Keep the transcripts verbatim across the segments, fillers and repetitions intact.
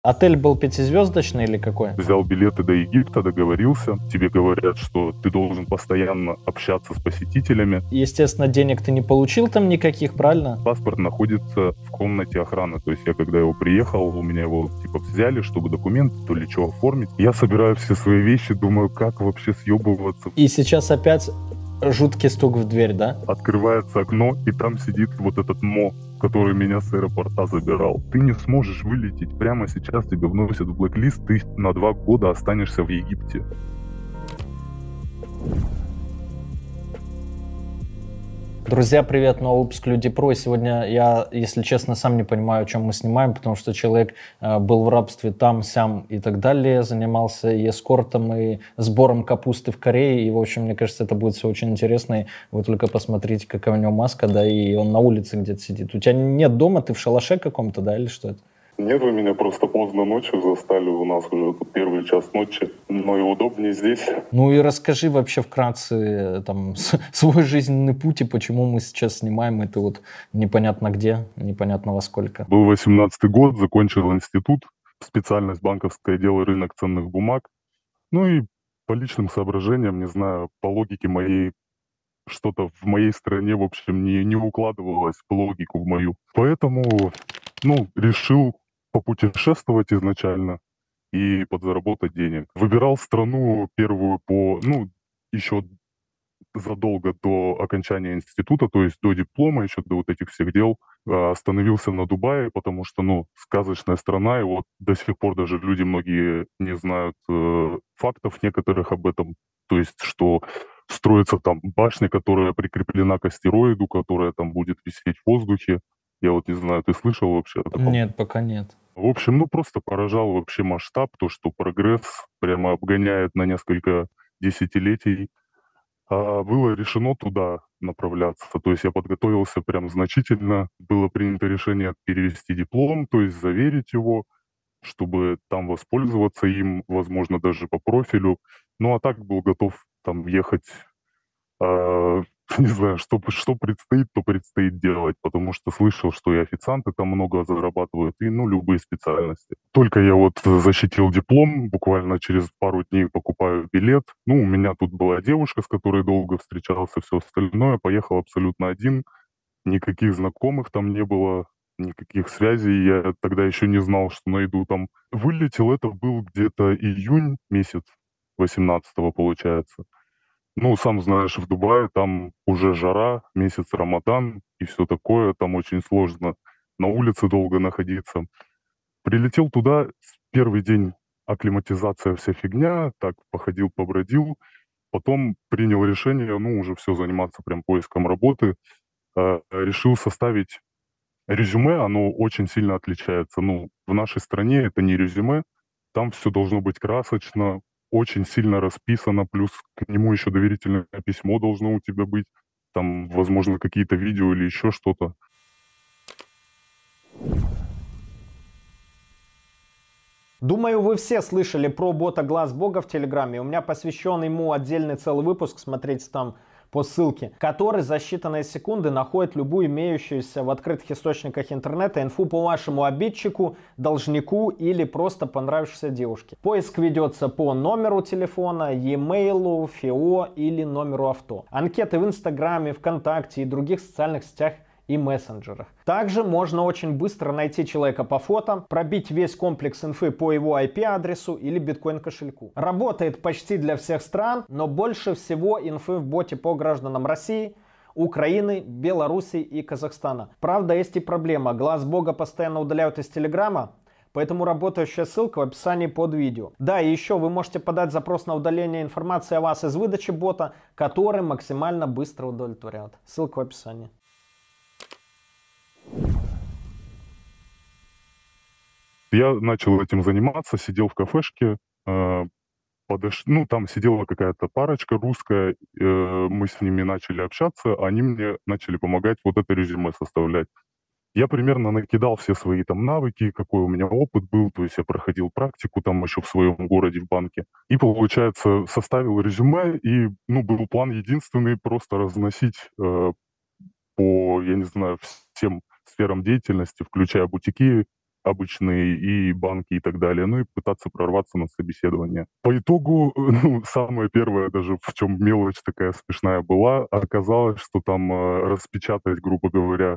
Отель был пятизвездочный или какой? Взял билеты до Египта, договорился. Тебе говорят, что ты должен постоянно общаться с посетителями. Естественно, денег ты не получил там никаких, правильно? Паспорт находится в комнате охраны. То есть я, когда его приехал, у меня его типа взяли, чтобы документы, то ли что оформить. Я собираю все свои вещи, думаю, как вообще съебываться. И сейчас опять жуткий стук в дверь, да? Открывается окно, и там сидит вот этот Мо, который меня с аэропорта забирал. Ты не сможешь вылететь. Прямо сейчас тебя вносят в блэк-лист, ты на два года останешься в Египте. Друзья, привет, новый выпуск Люди Про. Сегодня я, если честно, сам не понимаю, о чем мы снимаем, потому что человек э, был в рабстве там, сям и так далее, занимался и эскортом, и сбором капусты в Корее, и, в общем, мне кажется, это будет все очень интересно, и вы только посмотрите, какая у него маска, да, и он на улице где-то сидит. У тебя нет дома, ты в шалаше каком-то, да, или что это? Нет, вы меня просто поздно ночью застали, у нас уже тут первый час ночи, но и удобнее здесь. Ну и расскажи вообще вкратце там свой жизненный путь и почему мы сейчас снимаем это вот непонятно где, непонятно во сколько. Был восемнадцатый год, закончил институт, специальность банковское дело, рынок ценных бумаг. Ну и по личным соображениям, не знаю, по логике моей, что-то в моей стране, в общем, не, не укладывалось в логику в мою. Поэтому, ну, решил попутешествовать изначально и подзаработать денег. Выбирал страну первую по, ну, еще задолго до окончания института, то есть до диплома, еще до вот этих всех дел, э, остановился на Дубае, потому что, ну, сказочная страна, и вот до сих пор даже люди многие не знают э, фактов некоторых об этом, то есть что строится там башня, которая прикреплена к астероиду, которая там будет висеть в воздухе. Я вот не знаю, ты слышал вообще о таком? Нет, пока нет. В общем, ну просто поражал вообще масштаб, то, что прогресс прямо обгоняет на несколько десятилетий. А, было решено туда направляться. То есть я подготовился прям значительно. Было принято решение перевести диплом, то есть заверить его, чтобы там воспользоваться им, возможно, даже по профилю. Ну а так был готов там ехать. а, Не знаю, что, что предстоит, то предстоит делать, потому что слышал, что и официанты там много зарабатывают, и, ну, любые специальности. Только я вот защитил диплом, буквально через пару дней покупаю билет. Ну, у меня тут была девушка, с которой долго встречался, все остальное. Поехал абсолютно один, никаких знакомых там не было, никаких связей. Я тогда еще не знал, что найду там. Вылетел, это был где-то июнь месяц, восемнадцатого получается. Ну, сам знаешь, в Дубае там уже жара, месяц Рамадан и все такое, там очень сложно на улице долго находиться. Прилетел туда, с первый день акклиматизация, вся фигня, так походил, побродил, потом принял решение, ну, уже все, заниматься прям поиском работы. Э, решил составить резюме, оно очень сильно отличается. Ну, в нашей стране это не резюме, там все должно быть красочно, очень сильно расписано, плюс к нему еще доверительное письмо должно у тебя быть, там, возможно, какие-то видео или еще что-то. Думаю, вы все слышали про бота Глаз Бога в Телеграме. У меня посвящен ему отдельный целый выпуск, смотрите там по ссылке, который за считанные секунды находит любую имеющуюся в открытых источниках интернета инфу по вашему обидчику, должнику или просто понравившейся девушке. Поиск ведется по номеру телефона, e-mail, ФИО или номеру авто. Анкеты в Инстаграме, ВКонтакте и других социальных сетях и мессенджерах. Также можно очень быстро найти человека по фото, пробить весь комплекс инфы по его ай пи-адресу или биткоин-кошельку. Работает почти для всех стран, но больше всего инфы в боте по гражданам России, Украины, Беларуси и Казахстана. Правда, есть и проблема. Глаз Бога постоянно удаляют из Телеграма, поэтому работающая ссылка в описании под видео. Да, и еще вы можете подать запрос на удаление информации о вас из выдачи бота, который максимально быстро удовлетворяют. Ссылка в описании. Я начал этим заниматься, сидел в кафешке, э, подош... ну, там сидела какая-то парочка русская, э, мы с ними начали общаться, они мне начали помогать вот это резюме составлять. Я примерно накидал все свои там навыки, какой у меня опыт был, то есть я проходил практику там еще в своем городе в банке. И, получается, составил резюме, и, ну, был план единственный, просто разносить э, по, я не знаю, всем сферам деятельности, включая бутики, обычные, и банки, и так далее, ну и пытаться прорваться на собеседование. По итогу, ну, самое первое даже, в чем мелочь такая смешная была, оказалось, что там э, распечатать, грубо говоря,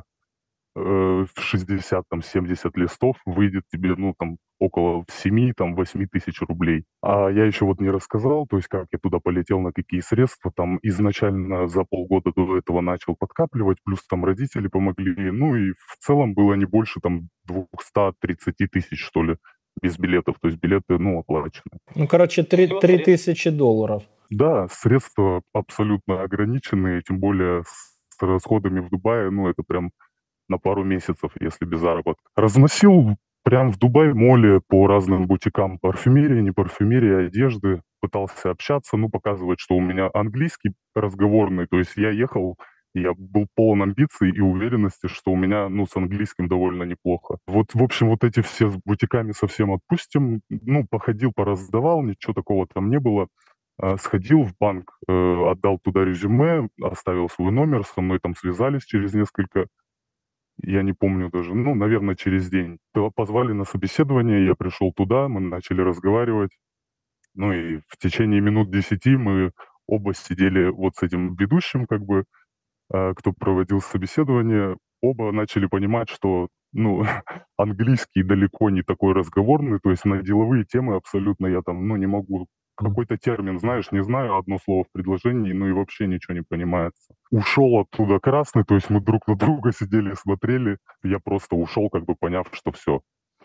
э, в шестьдесят, там, семьдесят листов выйдет тебе, ну, там, около семи, там, восьми тысяч рублей. А я еще вот не рассказал, то есть как я туда полетел, на какие средства. Там изначально за полгода до этого начал подкапливать, плюс там родители помогли. Ну и в целом было не больше там двухсот тридцати тысяч, что ли, без билетов. То есть билеты, ну, оплачены. Ну, короче, три три тысячи долларов. Да, средства абсолютно ограниченные, тем более с, с расходами в Дубае, ну, это прям на пару месяцев, если без заработка. Разносил прям в Дубай-моле по разным бутикам парфюмерии, не парфюмерии, одежды. Пытался общаться, ну, показывать, что у меня английский разговорный. То есть я ехал, я был полон амбиций и уверенности, что у меня, ну, с английским довольно неплохо. Вот, в общем, вот эти все с бутиками совсем отпустим. Ну, походил, пораздавал, ничего такого там не было. А, Сходил в банк, э, отдал туда резюме, оставил свой номер, со мной там связались через несколько, я не помню даже, ну, наверное, через день. П- Позвали на собеседование, я пришел туда, мы начали разговаривать. Ну и в течение минут десяти мы оба сидели вот с этим ведущим, как бы, а, кто проводил собеседование. Оба начали понимать, что, ну, английский далеко не такой разговорный, то есть на деловые темы абсолютно я там, ну, не могу. Какой-то термин, знаешь, не знаю, одно слово в предложении, ну и вообще ничего не понимается. Ушел оттуда красный, то есть мы друг на друга сидели, смотрели. Я просто ушел, как бы поняв, что все.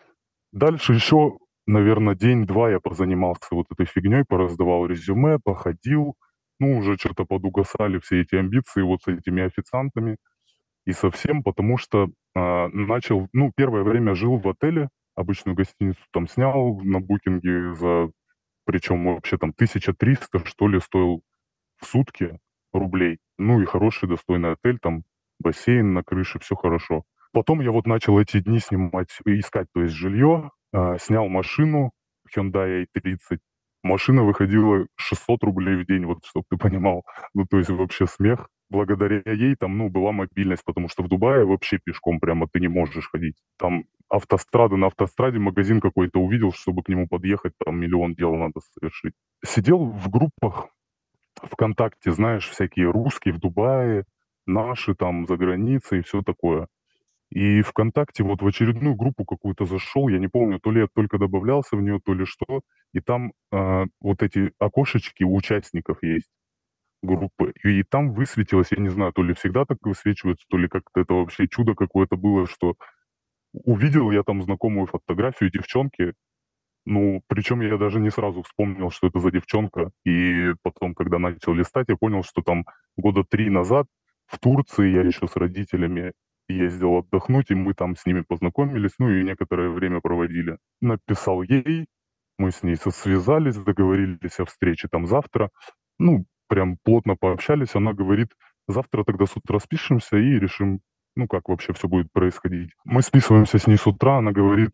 Дальше еще, наверное, день-два я позанимался вот этой фигней, пораздавал резюме, походил. Ну, уже что-то подугасали все эти амбиции вот с этими официантами и совсем, потому что а, начал, ну, первое время жил в отеле, обычную гостиницу там снял на букинге за, причем вообще там тысяча триста что ли, стоил в сутки рублей. Ну и хороший, достойный отель, там бассейн на крыше, все хорошо. Потом я вот начал эти дни снимать, искать, то есть жилье, а, снял машину Hyundai ай тридцать. Машина выходила шестьсот рублей в день, вот чтобы ты понимал. Ну, то есть вообще смех. Благодаря ей там, ну, была мобильность, потому что в Дубае вообще пешком прямо ты не можешь ходить. Там автострада, на автостраде магазин какой-то увидел, чтобы к нему подъехать, там миллион дел надо совершить. Сидел в группах ВКонтакте, знаешь, всякие русские в Дубае, наши там за границей и все такое. И ВКонтакте вот в очередную группу какую-то зашел, я не помню, то ли я только добавлялся в нее, то ли что, и там а, вот эти окошечки у участников есть группы, и там высветилось, я не знаю, то ли всегда так высвечивается, то ли как-то это вообще чудо какое-то было, что увидел я там знакомую фотографию девчонки, ну, причем я даже не сразу вспомнил, что это за девчонка. И потом, когда начал листать, я понял, что там года три назад в Турции я еще с родителями ездил отдохнуть, и мы там с ними познакомились, ну и некоторое время проводили. Написал ей, мы с ней со- связались, договорились о встрече там завтра. Ну, прям плотно пообщались. Она говорит, завтра тогда с утра спишемся и решим, ну, как вообще все будет происходить. Мы списываемся с ней с утра, она говорит,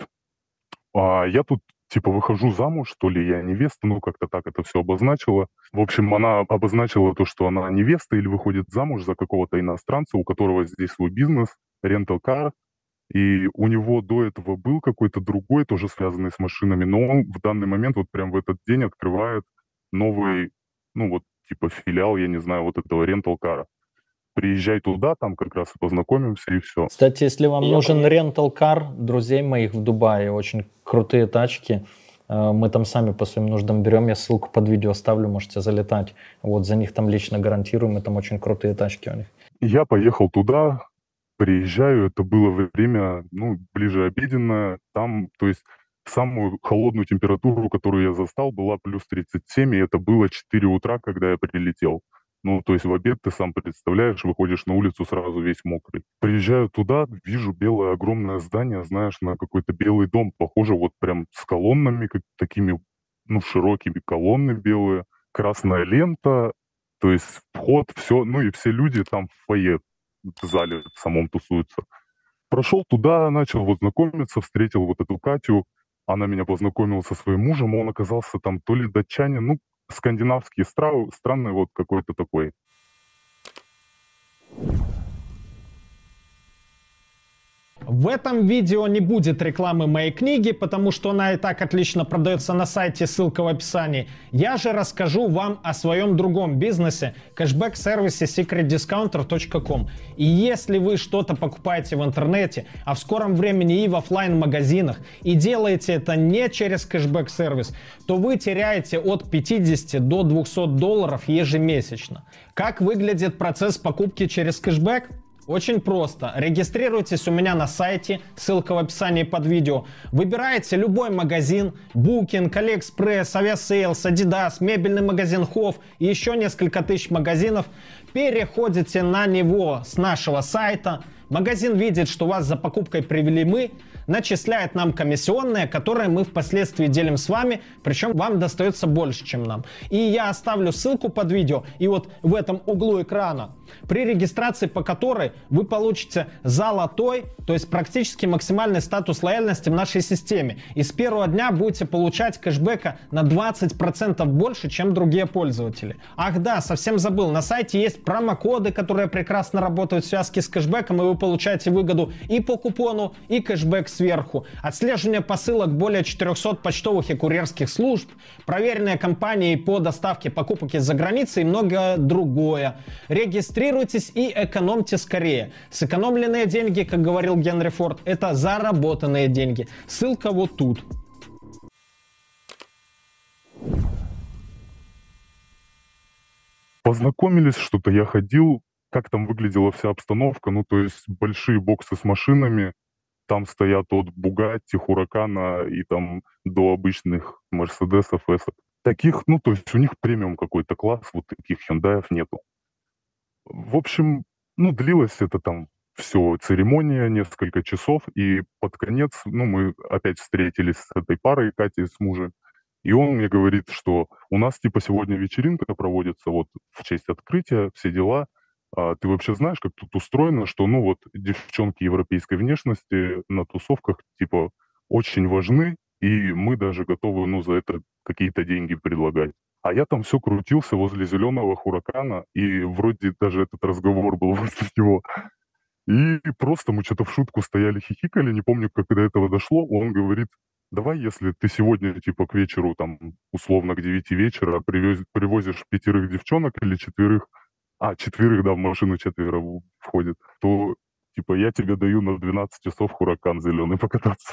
а, я тут типа выхожу замуж, что ли, я невеста, ну как-то так это все обозначила. В общем, она обозначила то, что она невеста или выходит замуж за какого-то иностранца, у которого здесь свой бизнес, rental car, и у него до этого был какой-то другой, тоже связанный с машинами, но он в данный момент, вот прям в этот день открывает новый, ну вот типа филиал, я не знаю, вот этого rental car. Приезжай туда, там как раз и познакомимся, и все. Кстати, если вам Я нужен поехал. рентал-кар, друзей моих в Дубае, очень крутые тачки. Э, Мы там сами по своим нуждам берем, я ссылку под видео оставлю, можете залетать. Вот за них там лично гарантируем, и там очень крутые тачки у них. Я поехал туда, приезжаю, это было время, ну, ближе обеденное, там, то есть самую холодную температуру, которую я застал, была плюс тридцать семь, и это было четыре утра, когда я прилетел. Ну, то есть в обед ты сам представляешь, выходишь на улицу сразу весь мокрый. Приезжаю туда, вижу белое огромное здание, знаешь, на какой-то белый дом, похоже вот прям с колоннами, как такими, ну, широкими колонны белые, красная лента, то есть вход, все, ну и все люди там в фойе, в зале в самом тусуются. Прошел туда, начал вот знакомиться, встретил вот эту Катю. Она меня познакомила со своим мужем, он оказался там то ли датчанин, ну, скандинавский, стра- странный вот какой-то такой. В этом видео не будет рекламы моей книги, потому что она и так отлично продается на сайте, ссылка в описании. Я же расскажу вам о своем другом бизнесе, кэшбэк-сервисе секрет дискаунтер точка ком. И если вы что-то покупаете в интернете, а в скором времени и в офлайн-магазинах, и делаете это не через кэшбэк-сервис, то вы теряете от пятидесяти до двухсот долларов ежемесячно. Как выглядит процесс покупки через кэшбэк? Очень просто. Регистрируйтесь у меня на сайте, ссылка в описании под видео. Выбираете любой магазин, Booking, AliExpress, Aviasales, Adidas, мебельный магазин Hof и еще несколько тысяч магазинов. Переходите на него с нашего сайта. Магазин видит, что вас за покупкой привели мы, начисляет нам комиссионные, которые мы впоследствии делим с вами, причем вам достается больше, чем нам. И я оставлю ссылку под видео, и вот в этом углу экрана, при регистрации по которой вы получите золотой, то есть практически максимальный статус лояльности в нашей системе. И с первого дня будете получать кэшбэка на двадцать процентов больше, чем другие пользователи. Ах да, совсем забыл, на сайте есть промокоды, которые прекрасно работают в связке с кэшбэком, и вы получаете выгоду и по купону, и кэшбэк сверху. Отслеживание посылок более четырехсот почтовых и курьерских служб, проверенные компании по доставке покупок из-за границы и многое другое. Регистрируйтесь и экономьте скорее. Сэкономленные деньги, как говорил Генри Форд, это заработанные деньги. Ссылка вот тут. Познакомились, что-то я ходил, как там выглядела вся обстановка, ну, то есть большие боксы с машинами, там стоят от Бугатти, Хуракана и там до обычных Мерседесов, Эсок. Таких, ну, то есть у них премиум какой-то класс, вот таких Хюндаев нету. В общем, ну, длилось это там все, церемония, несколько часов, и под конец, ну, мы опять встретились с этой парой, Катей с мужем, и он мне говорит, что у нас, типа, сегодня вечеринка проводится, вот, в честь открытия, все дела. А ты вообще знаешь, как тут устроено, что, ну, вот, девчонки европейской внешности на тусовках, типа, очень важны, и мы даже готовы, ну, за это какие-то деньги предлагать. А я там все крутился возле зеленого Хуракана, и вроде даже этот разговор был возле него. И просто мы что-то в шутку стояли, хихикали, не помню, как до этого дошло. Он говорит, давай, если ты сегодня, типа, к вечеру, там, условно, к девяти вечера привез, привозишь пятерых девчонок или четверых, а, четверых, да, в машину четверо в- входит, то, типа, я тебе даю на двенадцать часов Хуракан зеленый покататься.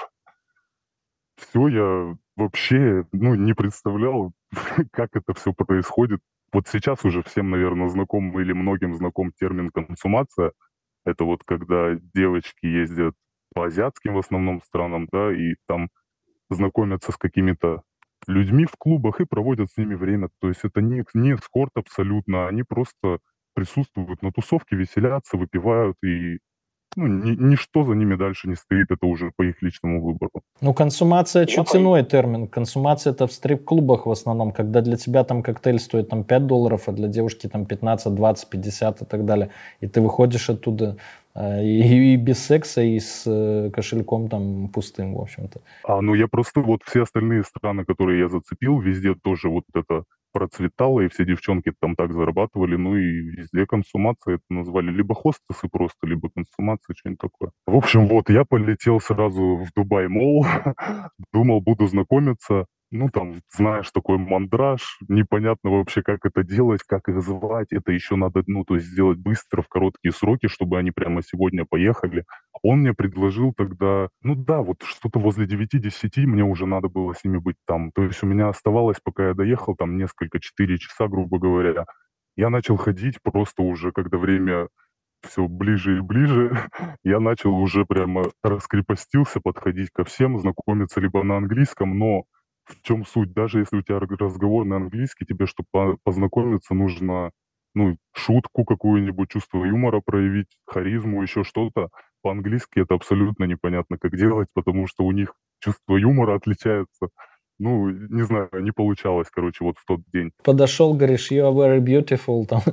Все, я вообще, ну, не представлял, как это все происходит. Вот сейчас уже всем, наверное, знаком или многим знаком термин консумация. Это вот когда девочки ездят по азиатским в основном странам, да, и там знакомятся с какими-то людьми в клубах и проводят с ними время. То есть это не, не эскорт абсолютно, они просто присутствуют на тусовке, веселятся, выпивают, и ну, ни- ничто за ними дальше не стоит, это уже по их личному выбору. Ну, консумация чуть иной термин. Консумация это в стрип-клубах в основном, когда для тебя там коктейль стоит там пять долларов, а для девушки там пятнадцать, двадцать, пятьдесят и так далее. И ты выходишь оттуда э, и, и без секса, и с э, кошельком там пустым, в общем-то. А, ну я просто вот все остальные страны, которые я зацепил, везде тоже вот это процветало, и все девчонки там так зарабатывали, ну и везде консумация это назвали либо хостесы просто, либо консумация, что-нибудь такое. В общем, вот я полетел сразу в Дубай Молл, думал, буду знакомиться. Ну, там, знаешь, такой мандраж, непонятно вообще, как это делать, как их звать. Это еще надо, ну, то есть сделать быстро, в короткие сроки, чтобы они прямо сегодня поехали. Он мне предложил тогда, ну да, вот что-то возле девяти-десяти мне уже надо было с ними быть там. То есть у меня оставалось, пока я доехал, там несколько, четыре часа, грубо говоря. Я начал ходить просто уже, когда время все ближе и ближе, я начал уже прямо раскрепостился подходить ко всем, знакомиться либо на английском, но в чем суть? Даже если у тебя р- разговор на английский, тебе, чтобы познакомиться, нужно, ну, шутку какую-нибудь, чувство юмора проявить, харизму, еще что-то. По-английски это абсолютно непонятно, как делать, потому что у них чувство юмора отличается. Ну, не знаю, не получалось, короче, вот в тот день. Подошел, говоришь, you are very beautiful, там,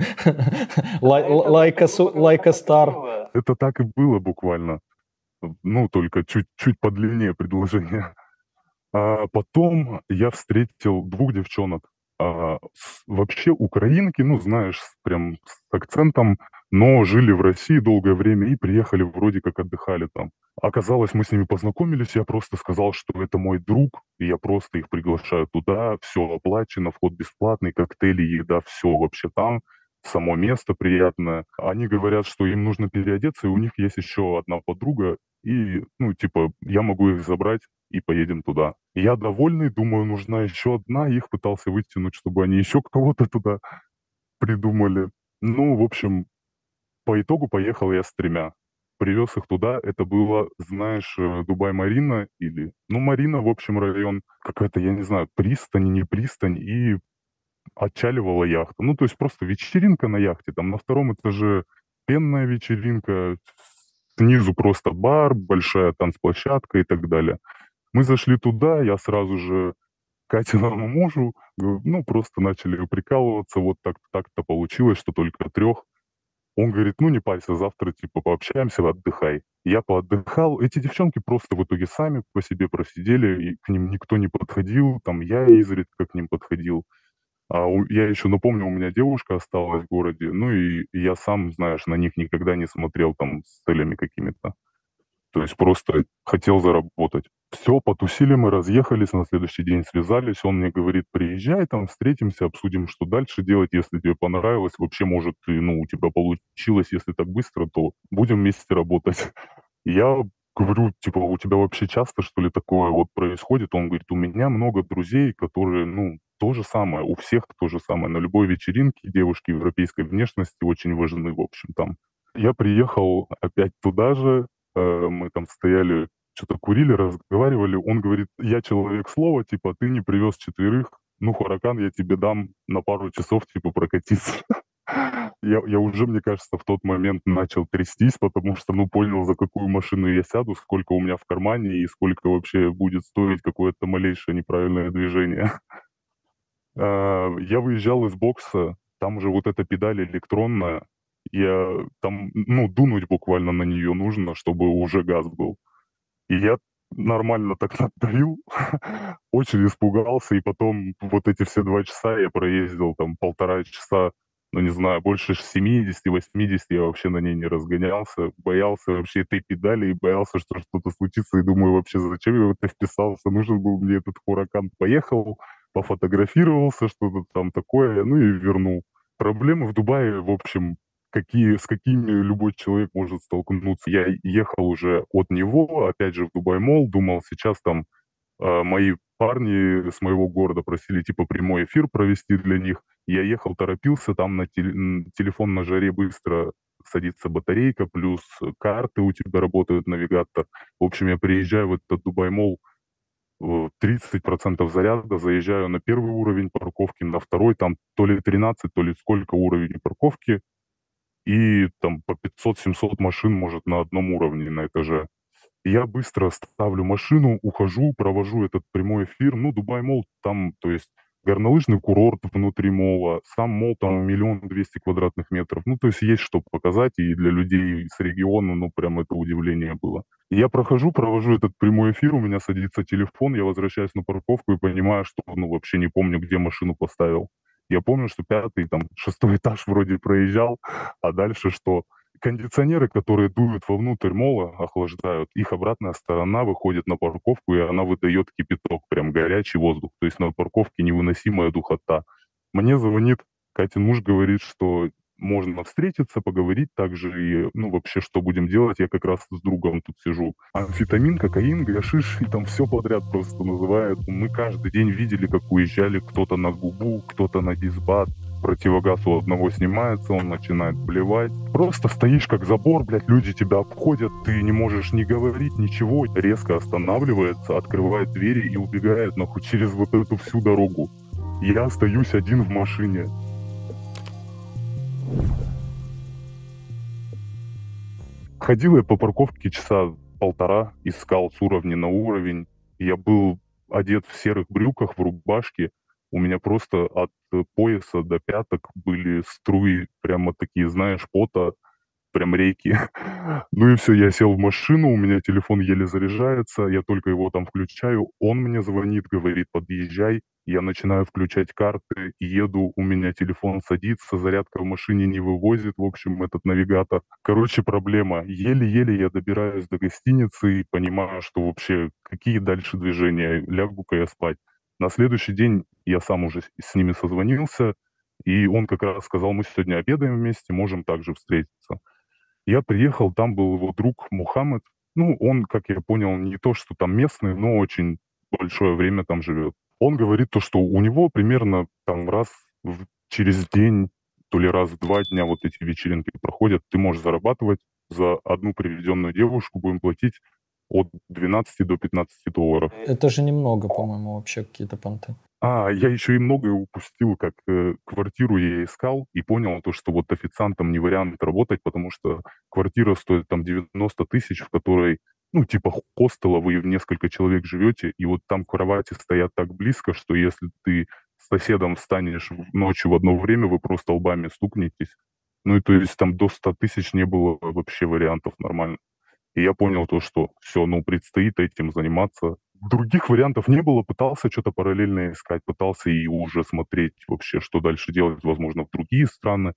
like, like, a, su- like a star. Это так и было буквально. Ну, только чуть-чуть подлиннее предложение. А потом я встретил двух девчонок. А, с- вообще украинки, ну, знаешь, с- прям с акцентом. но жили в России долгое время и приехали, вроде как отдыхали там. Оказалось, мы с ними познакомились, я просто сказал, что это мой друг, и я просто их приглашаю туда, все оплачено, вход бесплатный, коктейли, еда, все вообще там, само место приятное. Они говорят, что им нужно переодеться, и у них есть еще одна подруга, и, ну, типа, я могу их забрать, и поедем туда. Я довольный, думаю, нужна еще одна, их пытался вытянуть, чтобы они еще кого-то туда придумали. Ну, в общем, по итогу поехал я с тремя. Привез их туда. Это было, знаешь, э, Дубай-Марина или... Ну, Марина, в общем, район. Какая-то, я не знаю, пристань, не пристань. И отчаливала яхта. Ну, то есть просто вечеринка на яхте. Там на втором этаже пенная вечеринка. Снизу просто бар, большая танцплощадка и так далее. Мы зашли туда, я сразу же Катиному мужу, говорю, ну, просто начали прикалываться, вот так, так-то получилось, что только трех. Он говорит, ну, не парься, завтра, типа, пообщаемся, отдыхай. Я поотдыхал, эти девчонки просто в итоге сами по себе просидели, и к ним никто не подходил, там, я изредка к ним подходил. А у- я еще напомню, у меня девушка осталась в городе, ну, и, и я сам, знаешь, на них никогда не смотрел, там, с целями какими-то. То есть просто хотел заработать. Все, потусили мы, разъехались, на следующий день связались. Он мне говорит, приезжай, там встретимся, обсудим, что дальше делать, если тебе понравилось. Вообще, может, и, ну, у тебя получилось, если так быстро, то будем вместе работать. Я говорю, типа, у тебя вообще часто, что ли, такое вот происходит? Он говорит, у меня много друзей, которые, ну, то же самое, у всех то же самое. На любой вечеринке девушки европейской внешности очень важны, в общем, там. Я приехал опять туда же, э, мы там стояли, что-то курили, разговаривали. Он говорит, я человек слова, типа, ты не привез четверых, ну, Хуракан, я тебе дам на пару часов, типа, прокатиться. Я, я уже, мне кажется, в тот момент начал трястись, потому что, ну, понял, за какую машину я сяду, сколько у меня в кармане и сколько вообще будет стоить какое-то малейшее неправильное движение. А, Я выезжал из бокса, там уже вот эта педаль электронная, я там, ну, дунуть буквально на нее нужно, чтобы уже газ был. И я нормально так надавил, очень испугался, и потом вот эти все два часа я проездил там полтора часа, ну, не знаю, больше семидесяти-восьмидесяти я вообще на ней не разгонялся, боялся вообще этой педали и боялся, что что-то случится, и думаю, вообще, зачем я в это вписался, нужен был мне этот Хуракан. Поехал, пофотографировался, что-то там такое, ну и вернул. Проблемы в Дубае, в общем, какие, с какими любой человек может столкнуться. Я ехал уже от него, опять же, в Дубай-молл, думал, сейчас там э, мои парни с моего города просили, типа, прямой эфир провести для них. Я ехал, торопился, там на теле- м, телефон на жаре быстро садится батарейка, плюс карты у тебя работают, навигатор. В общем, я приезжаю в этот Дубай-молл, э, тридцать процентов заряда, заезжаю на первый уровень парковки, на второй, там то ли тринадцать, то ли сколько уровень парковки, и там по пятьсот-семьсот машин, может, на одном уровне на этаже. Я быстро ставлю машину, ухожу, провожу этот прямой эфир. Ну, Дубай Молл, там, то есть, горнолыжный курорт внутри молла, сам молл там миллион двести квадратных метров. Ну, то есть, есть что показать, и для людей с региона, ну, прям это удивление было. И я прохожу, провожу этот прямой эфир, у меня садится телефон, я возвращаюсь на парковку и понимаю, что, ну, вообще не помню, где машину поставил. Я помню, что пятый, там, шестой этаж вроде проезжал, а дальше что? Кондиционеры, которые дуют вовнутрь мола, охлаждают, их обратная сторона выходит на парковку, и она выдает кипяток, прям горячий воздух. То есть на парковке невыносимая духота. Мне звонит Катин муж, говорит, что можно встретиться, поговорить также, и, ну, вообще, что будем делать, я как раз с другом тут сижу. Амфетамин, кокаин, гашиш, и там все подряд просто называют. Мы каждый день видели, как уезжали кто-то на губу, кто-то на дисбат, противогаз у одного снимается, он начинает блевать. Просто стоишь как забор, блядь, люди тебя обходят, ты не можешь ни говорить, ничего. Резко останавливается, открывает двери и убегает нахуй через вот эту всю дорогу. Я остаюсь один в машине. Ходил я по парковке часа полтора, искал с уровня на уровень. Я был одет в серых брюках, в рубашке. У меня просто от э, пояса до пяток были струи, прямо такие, знаешь, пота. прям рейки. Ну и все, я сел в машину, у меня телефон еле заряжается, я только его там включаю, он мне звонит, говорит: "Подъезжай". Я начинаю включать карты, еду, у меня телефон садится, зарядка в машине не вывозит, в общем, этот навигатор. Короче, проблема. Еле-еле я добираюсь до гостиницы и понимаю, что вообще какие дальше движения, лягу-ка я спать. На следующий день я сам уже с с ними созвонился, и он как раз сказал: "Мы сегодня обедаем вместе, можем также встретиться". Я приехал, там был его друг Мухаммед. Ну, он, как я понял, не то, что там местный, но очень большое время там живет. Он говорит то, что у него примерно там раз в через день, то ли раз в два дня вот эти вечеринки проходят. Ты можешь зарабатывать за одну приведенную девушку, будем платить от двенадцати до пятнадцати долларов. Это же немного, по-моему, вообще какие-то понты. А, я еще и многое упустил, как, э, квартиру я искал и понял то, что вот официантом не вариант работать, потому что квартира стоит там девяносто тысяч, в которой, ну, типа хостела, вы в несколько человек живете, и вот там кровати стоят так близко, что если ты с соседом встанешь в ночью в одно время, вы просто лбами стукнетесь. Ну и то есть там до ста тысяч не было вообще вариантов нормально. И я понял то, что все, ну, предстоит этим заниматься. Других вариантов не было, пытался что то параллельно искать, пытался и уже смотреть вообще, что дальше делать, возможно, в другие страны.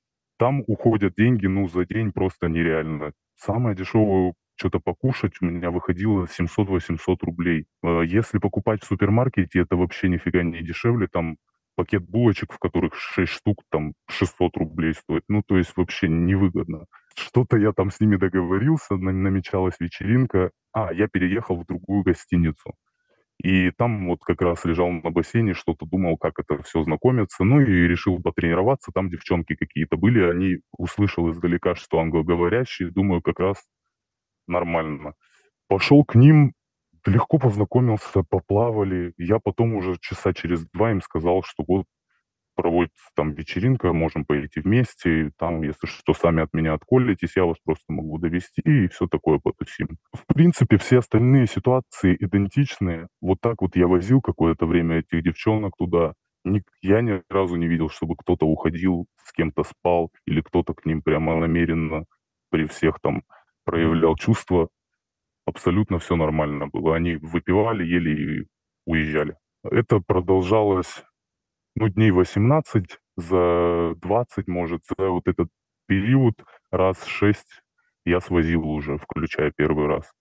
Там уходят деньги, ну, за день просто нереально. Самое дешевое что то покушать у меня выходило семьсот-восемьсот рублей. Э, если покупать в супермаркете, это вообще нифига не дешевле. Там пакет булочек, в которых шесть штук, там шестьсот рублей стоит. Ну, то есть вообще невыгодно. Что-то я там с ними договорился, на намечалась вечеринка. А, я переехал в другую гостиницу. И там вот как раз лежал на бассейне, что-то думал, как это все знакомиться. Ну и решил потренироваться. Там девчонки какие-то были. Они услышал издалека, что англоговорящие. Думаю, как раз нормально. Пошел к ним, легко познакомился, поплавали. Я потом уже часа через два им сказал, что вот проводится там вечеринка, можем пойти вместе, и там, если что, сами от меня отколитесь, я вас просто могу довести и все такое потусим. В принципе, все остальные ситуации идентичные. Вот так вот я возил какое-то время этих девчонок туда. Ник я ни разу не видел, чтобы кто-то уходил, с кем-то спал или кто-то к ним прямо намеренно при всех там проявлял чувства. Абсолютно все нормально было. Они выпивали, ели и уезжали. Это продолжалось, ну, дней восемнадцать, за двадцать, может, за вот этот период раз шесть я свозил уже, включая первый раз.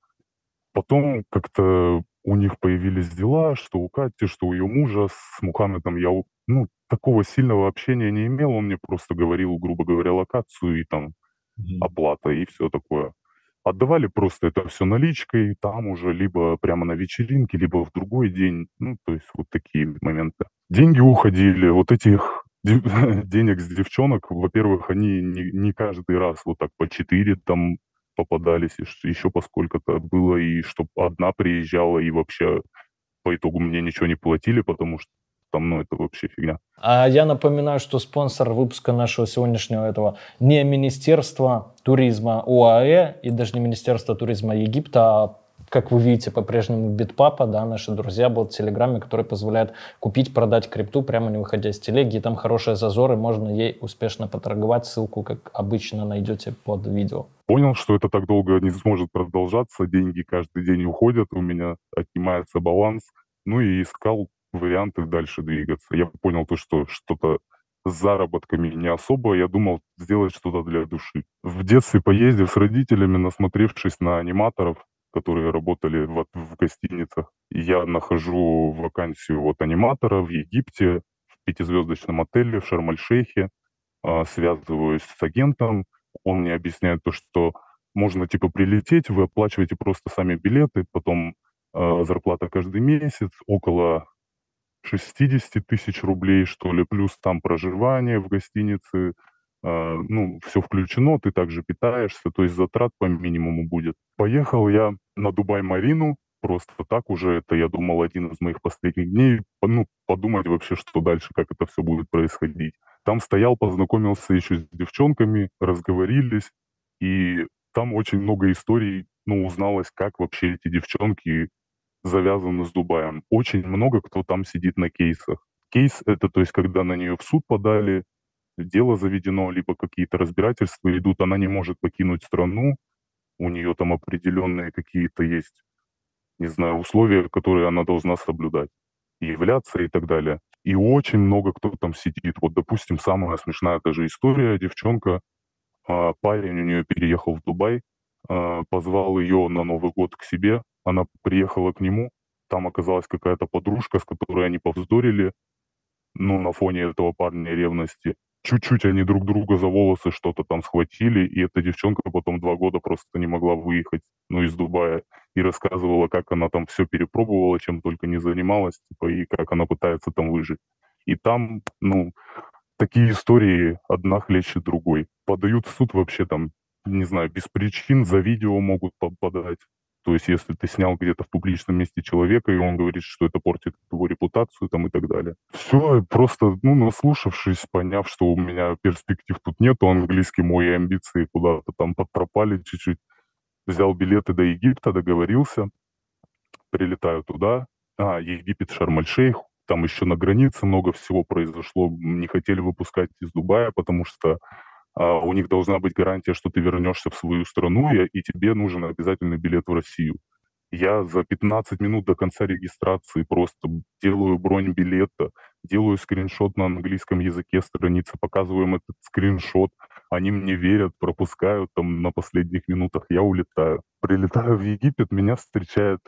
Потом как-то у них появились дела, что у Кати, что у ее мужа. С Мухаммедом я, у ну, такого сильного общения не имел. Он мне просто говорил, грубо говоря, локацию и там Мгм. оплата и все такое. Отдавали просто это все наличкой, там уже либо прямо на вечеринке, либо в другой день. Ну, то есть вот такие моменты. Деньги уходили. Вот этих дев денег с девчонок, во-первых, они не не каждый раз вот так по четыре там попадались, и ш еще по сколько-то было, и чтоб одна приезжала, и вообще по итогу мне ничего не платили, потому что там, ну, это вообще фигня. А я напоминаю, что спонсор выпуска нашего сегодняшнего этого не Министерство туризма ОАЭ и даже не Министерство туризма Египта, а, как вы видите, по-прежнему Битпапа, да, наши друзья, бот в Телеграме, который позволяет купить, продать крипту, прямо не выходя из телеги. И там хорошие зазоры, можно ей успешно поторговать. Ссылку, как обычно, найдете под видео. Понял, что это так долго не сможет продолжаться, деньги каждый день уходят, у меня отнимается баланс, ну и искал варианты дальше двигаться. Я понял то, что что-то с заработками не особо, я думал сделать что-то для души. В детстве, поездив с родителями, насмотревшись на аниматоров, которые работали в, в гостиницах, я нахожу вакансию вот аниматора в Египте, в пятизвездочном отеле в Шарм-эль-Шейхе, а, связываюсь с агентом, он мне объясняет то, что можно типа прилететь, вы оплачиваете просто сами билеты, потом э, зарплата каждый месяц, около шестьдесят тысяч рублей, что ли, плюс там проживание в гостинице, э, ну, все включено, ты также питаешься, то есть затрат по минимуму будет. Поехал я на Дубай-Марину, просто так уже, это, я думал, один из моих последних дней, по- ну, подумать вообще, что дальше, как это все будет происходить. Там стоял, познакомился еще с девчонками, разговорились, и там очень много историй, ну, узналось, как вообще эти девчонки завязаны с Дубаем. Очень много кто там сидит на кейсах. Кейс — это, то есть, когда на нее в суд подали, дело заведено, либо какие-то разбирательства идут, она не может покинуть страну, у нее там определенные какие-то есть, не знаю, условия, которые она должна соблюдать, и являться и так далее. И очень много кто там сидит. Вот, допустим, самая смешная даже история. Девчонка, а, парень у нее переехал в Дубай, а, позвал ее на Новый год к себе. Она приехала к нему. Там оказалась какая-то подружка, с которой они повздорили, ну, на фоне этого парня ревности. Чуть-чуть они друг друга за волосы что-то там схватили, и эта девчонка потом два года просто не могла выехать, ну, из Дубая, и рассказывала, как она там все перепробовала, чем только не занималась, типа, и как она пытается там выжить. И там, ну, такие истории одна хлеще другой. Подают в суд вообще там, не знаю, без причин, за видео могут по- подать. То есть, если ты снял где-то в публичном месте человека, и он говорит, что это портит его репутацию там и так далее. Все, просто, ну, наслушавшись, поняв, что у меня перспектив тут нету, английский мой и амбиции куда-то там подпропали чуть-чуть, взял билеты до Египта, договорился, прилетаю туда, а, Египет, Шарм-эль-Шейх, там еще на границе много всего произошло, не хотели выпускать из Дубая, потому что а, у них должна быть гарантия, что ты вернешься в свою страну, и, и тебе нужен обязательный билет в Россию. Я за пятнадцать минут до конца регистрации просто делаю бронь билета, делаю скриншот на английском языке страницы, показываю им этот скриншот, они мне верят, пропускают там на последних минутах, я улетаю. Прилетаю в Египет, меня встречает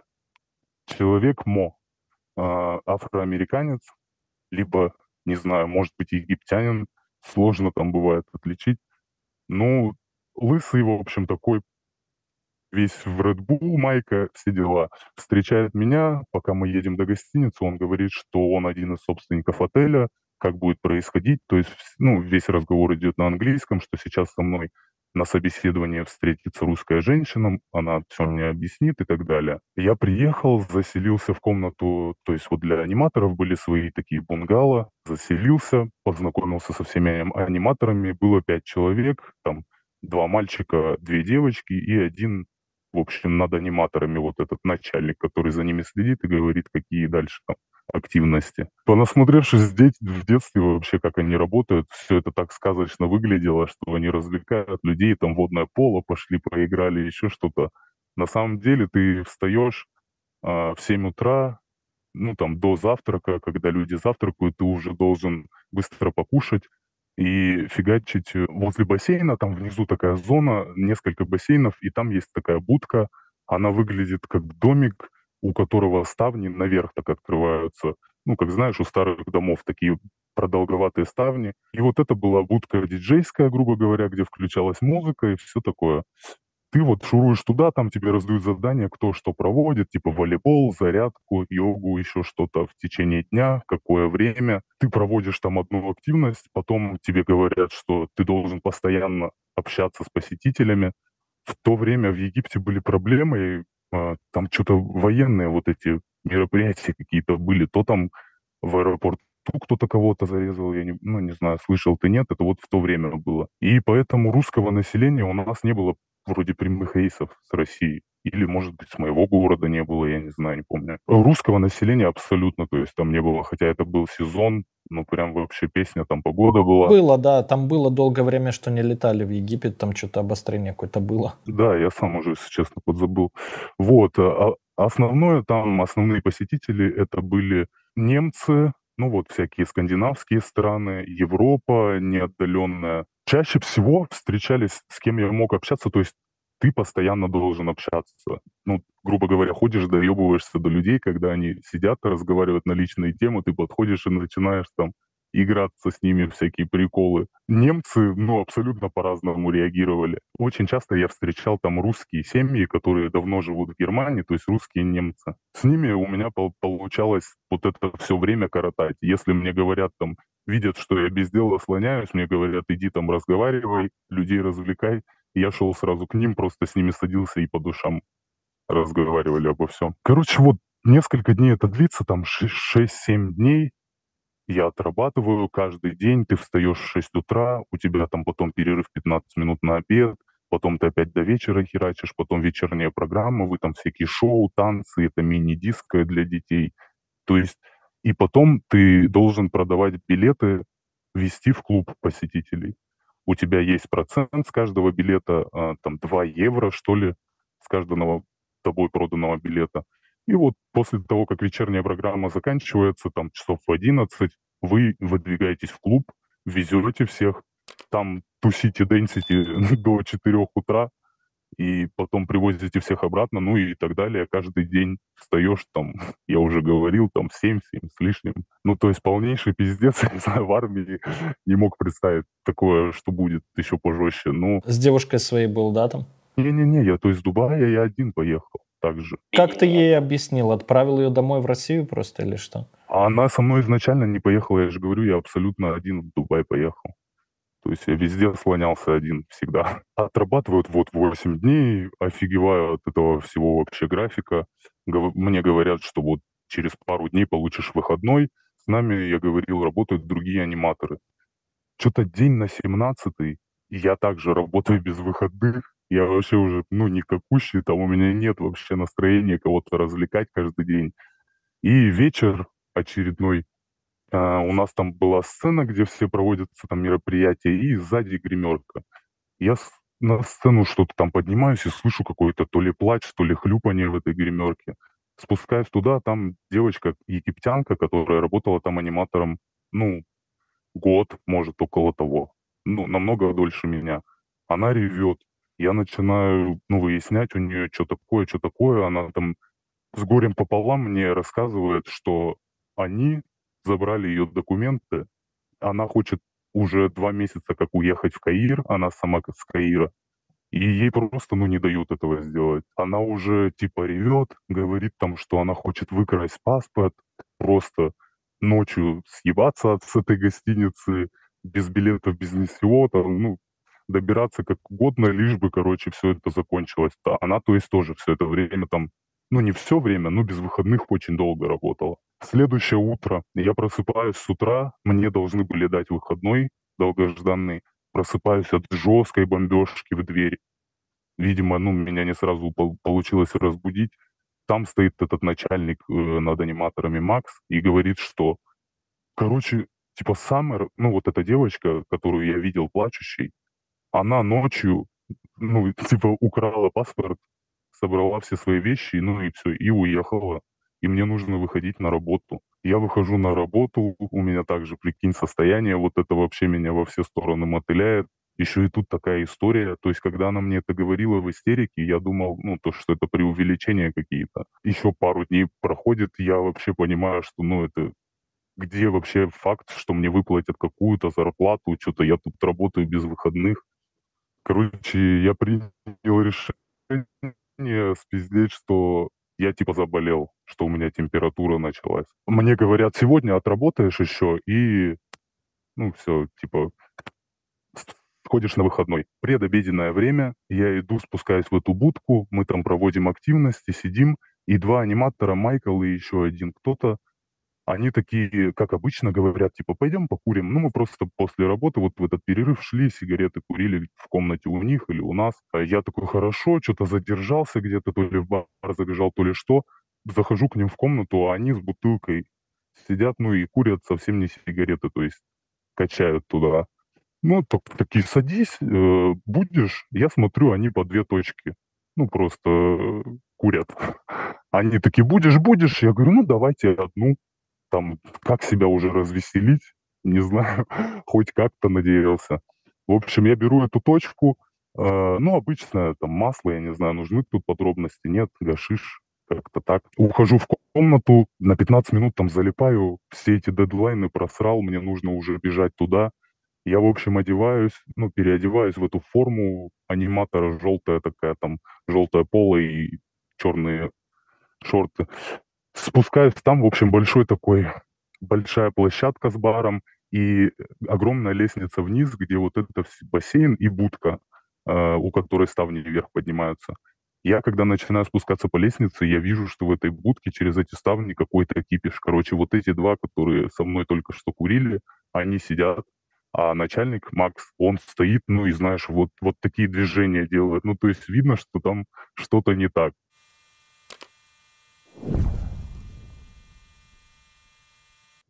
человек Мо, а, афроамериканец, либо, не знаю, может быть, египтянин, сложно там бывает отличить. Ну, лысый, в общем, такой, весь в Red Bull, майка, все дела. Встречает меня, пока мы едем до гостиницы, он говорит, что он один из собственников отеля, как будет происходить. То есть, вс- ну, весь разговор идет на английском, что сейчас со мной на собеседование встретится русская женщина, она все мне объяснит и так далее. Я приехал, заселился в комнату, то есть вот для аниматоров были свои такие бунгало, заселился, познакомился со всеми аним- аниматорами, было пять человек, там два мальчика, две девочки и один, в общем, над аниматорами вот этот начальник, который за ними следит и говорит, какие дальше там активности. Понасмотревшись в, дет- в детстве вообще, как они работают, все это так сказочно выглядело, что они развлекают людей, там водное поло, пошли, поиграли, еще что-то. На самом деле ты встаешь а, в семь утра, ну, там, до завтрака, когда люди завтракают, ты уже должен быстро покушать и фигачить э, возле бассейна. Там внизу такая зона, несколько бассейнов, и там есть такая будка. Она выглядит как домик, у которого ставни наверх так открываются. Ну, как знаешь, у старых домов такие продолговатые ставни. И вот это была будка диджейская, грубо говоря, где включалась музыка и все такое. Ты вот шуруешь туда, там тебе раздают задания, кто что проводит, типа волейбол, зарядку, йогу, еще что-то в течение дня, какое время. Ты проводишь там одну активность, потом тебе говорят, что ты должен постоянно общаться с посетителями. В то время в Египте были проблемы, и, а, там что-то военные вот эти мероприятия какие-то были, то там в аэропорту кто-то кого-то зарезал, я не, ну, не знаю, слышал ты, нет, это вот в то время было. И поэтому русского населения у нас не было вроде прямых рейсов с Россией. Или, может быть, с моего города не было, я не знаю, не помню. Русского населения абсолютно, то есть там не было, хотя это был сезон, ну прям вообще песня, там погода была. Было, да, там было долгое время, что не летали в Египет, там что-то обострение какое-то было. Да, я сам уже, если честно, подзабыл. Вот, а а основное там, основные посетители это были немцы, ну вот всякие скандинавские страны, Европа неотдаленная. Чаще всего встречались, с кем я мог общаться, то есть ты постоянно должен общаться. Ну, грубо говоря, ходишь, доебываешься до людей, когда они сидят, разговаривают на личные темы, ты подходишь и начинаешь там играться с ними, всякие приколы. Немцы, ну, абсолютно по-разному реагировали. Очень часто я встречал там русские семьи, которые давно живут в Германии, то есть русские немцы. С ними у меня пол- получалось вот это все время коротать. Если мне говорят там, видят, что я без дела слоняюсь, мне говорят, иди там разговаривай, людей развлекай. Я шел сразу к ним, просто с ними садился и по душам разговаривали обо всем. Короче, вот несколько дней это длится, там шесть-семь дней, я отрабатываю каждый день, ты встаешь в шесть утра, у тебя там потом перерыв пятнадцать минут на обед, потом ты опять до вечера херачишь, потом вечерняя программа, вы там всякие шоу, танцы, это мини-диско для детей. То есть и потом ты должен продавать билеты ввести в клуб посетителей. У тебя есть процент с каждого билета, а, там два евро, что ли, с каждого тобой проданного билета. И вот после того, как вечерняя программа заканчивается, там часов в одиннадцать, вы выдвигаетесь в клуб, везете всех, там тусите, дэнсите до четырёх утра, и потом привозите всех обратно, ну и так далее. Каждый день встаешь там, я уже говорил, там семь, семь с лишним. Ну, то есть полнейший пиздец, я не знаю, в армии не мог представить такое, что будет еще пожестче. Ну, С девушкой своей был, да, там? не-не-не, я то есть с Дубая я один поехал также. Как ты ей объяснил? Отправил ее домой в Россию просто или что? А она со мной изначально не поехала, я же говорю, я абсолютно один в Дубай поехал. То есть я везде слонялся один всегда. Отрабатывают вот восемь дней, офигеваю от этого всего вообще графика. Гов- Мне говорят, что вот через пару дней получишь выходной. С нами, я говорил, работают другие аниматоры. Что-то день на семнадцатый, и я также работаю без выходных. Я вообще уже, ну, никакущий, там у меня нет вообще настроения кого-то развлекать каждый день. И вечер очередной. А, у нас там была сцена, где все проводятся там мероприятия, и сзади гримерка. Я с- на сцену что-то там поднимаюсь и слышу какой-то то ли плач, то ли хлюпанье в этой гримерке. Спускаюсь туда, там девочка, египтянка, которая работала там аниматором, ну, год, может, около того. Ну, намного дольше меня. Она ревет. Я начинаю, ну, выяснять у нее, что такое, что такое. Она там с горем пополам мне рассказывает, что они забрали ее документы. Она хочет уже два месяца как уехать в Каир, она сама с Каира, и ей просто, ну, не дают этого сделать. Она уже типа ревет, говорит там, что она хочет выкрасть паспорт, просто ночью съебаться от с этой гостиницы, без билетов, без ничего, там, ну, добираться как угодно, лишь бы, короче, все это закончилось. Да, она, то есть, тоже все это время там, ну, не все время, но без выходных очень долго работала. Следующее утро. Я просыпаюсь с утра, мне должны были дать выходной долгожданный. Просыпаюсь от жесткой бомбежки в дверь. Видимо, ну, меня не сразу пол- получилось разбудить. Там стоит этот начальник э, над аниматорами Макс и говорит, что, короче, типа Саммер, ну, вот эта девочка, которую я видел плачущей, она ночью, ну, типа, украла паспорт, собрала все свои вещи, ну и все, и уехала. И мне нужно выходить на работу. Я выхожу на работу, у меня также, прикинь, состояние, вот это вообще меня во все стороны мотыляет. Еще и тут такая история, то есть когда она мне это говорила в истерике, я думал, ну, то, что это преувеличения какие-то. Еще пару дней проходит, я вообще понимаю, что, ну, это где вообще факт, что мне выплатят какую-то зарплату, что-то я тут работаю без выходных. Короче, я принял решение спиздеть, что я типа заболел, что у меня температура началась. Мне говорят, сегодня отработаешь еще и, ну, все, типа, ходишь на выходной. Предобеденное время, я иду, спускаюсь в эту будку, мы там проводим активности, сидим, и два аниматора, Майкл и еще один кто-то, они такие, как обычно, говорят, типа, пойдем покурим. Ну, мы просто после работы вот в этот перерыв шли, сигареты курили в комнате у них или у нас. А я такой, хорошо, что-то задержался где-то, то ли в бар забежал, то ли что. Захожу к ним в комнату, а они с бутылкой сидят, ну и курят совсем не сигареты, то есть качают туда. Ну, так, такие, садись, э, будешь. Я смотрю, они по две точки. Ну, просто э, курят. Они такие, будешь, будешь. Я говорю, ну, давайте одну там как себя уже развеселить, не знаю, хоть как-то надеялся. В общем, я беру эту точку, э, ну, обычно там масло, я не знаю, нужны тут подробности, нет, гашиш, как-то так. Ухожу в комнату, на пятнадцать минут там залипаю, все эти дедлайны просрал, мне нужно уже бежать туда. Я, в общем, одеваюсь, ну, переодеваюсь в эту форму аниматора, желтая такая там, желтое поло и черные шорты. Спускаюсь там, в общем, большой такой, большая площадка с баром и огромная лестница вниз, где вот это вс- бассейн и будка, э, у которой ставни вверх поднимаются. Я, когда начинаю спускаться по лестнице, я вижу, что в этой будке через эти ставни какой-то кипиш. Короче, вот эти два, которые со мной только что курили, они сидят, а начальник Макс, он стоит, ну и знаешь, вот, вот такие движения делает. Ну, то есть видно, что там что-то не так.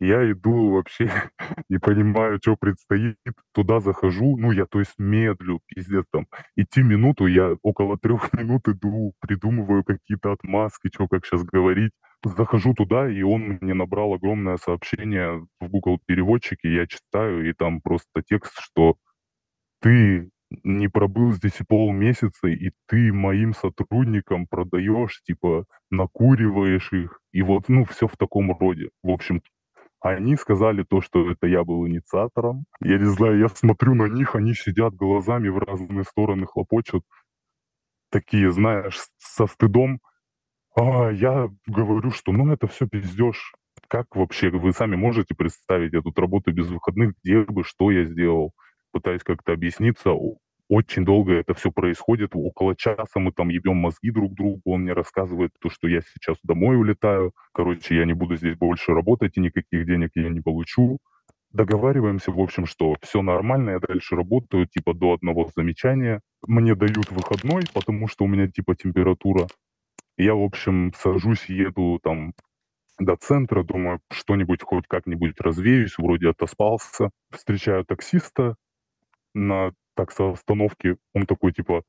Я иду вообще, не понимаю, что предстоит. Туда захожу, ну, я, то есть, медлю, пиздец, там. Идти минуту, я около трех минут иду, придумываю какие-то отмазки, что как сейчас говорить. Захожу туда, и он мне набрал огромное сообщение в Google переводчике, я читаю, и там просто текст, что ты не пробыл здесь и полмесяца, и ты моим сотрудникам продаешь, типа, накуриваешь их, и вот, ну, все в таком роде. В общем, они сказали то, что это я был инициатором. Я не знаю, я смотрю на них, они сидят глазами в разные стороны, хлопочут, такие, знаешь, с- со стыдом. А я говорю, что ну это все пиздеж. Как вообще вы сами можете представить, я тут работаю без выходных, где бы, что я сделал? Пытаюсь как-то объясниться. О- Очень долго это все происходит. Около часа мы там ебем мозги друг другу. Он мне рассказывает то, что я сейчас домой улетаю. Короче, я не буду здесь больше работать, и никаких денег я не получу. Договариваемся, в общем, что все нормально, я дальше работаю, типа до одного замечания. Мне дают выходной, потому что у меня типа температура. Я, в общем, сажусь, еду там до центра, думаю, что-нибудь хоть как-нибудь развеюсь, вроде отоспался. Встречаю таксиста на таксоостановке. Он такой, типа,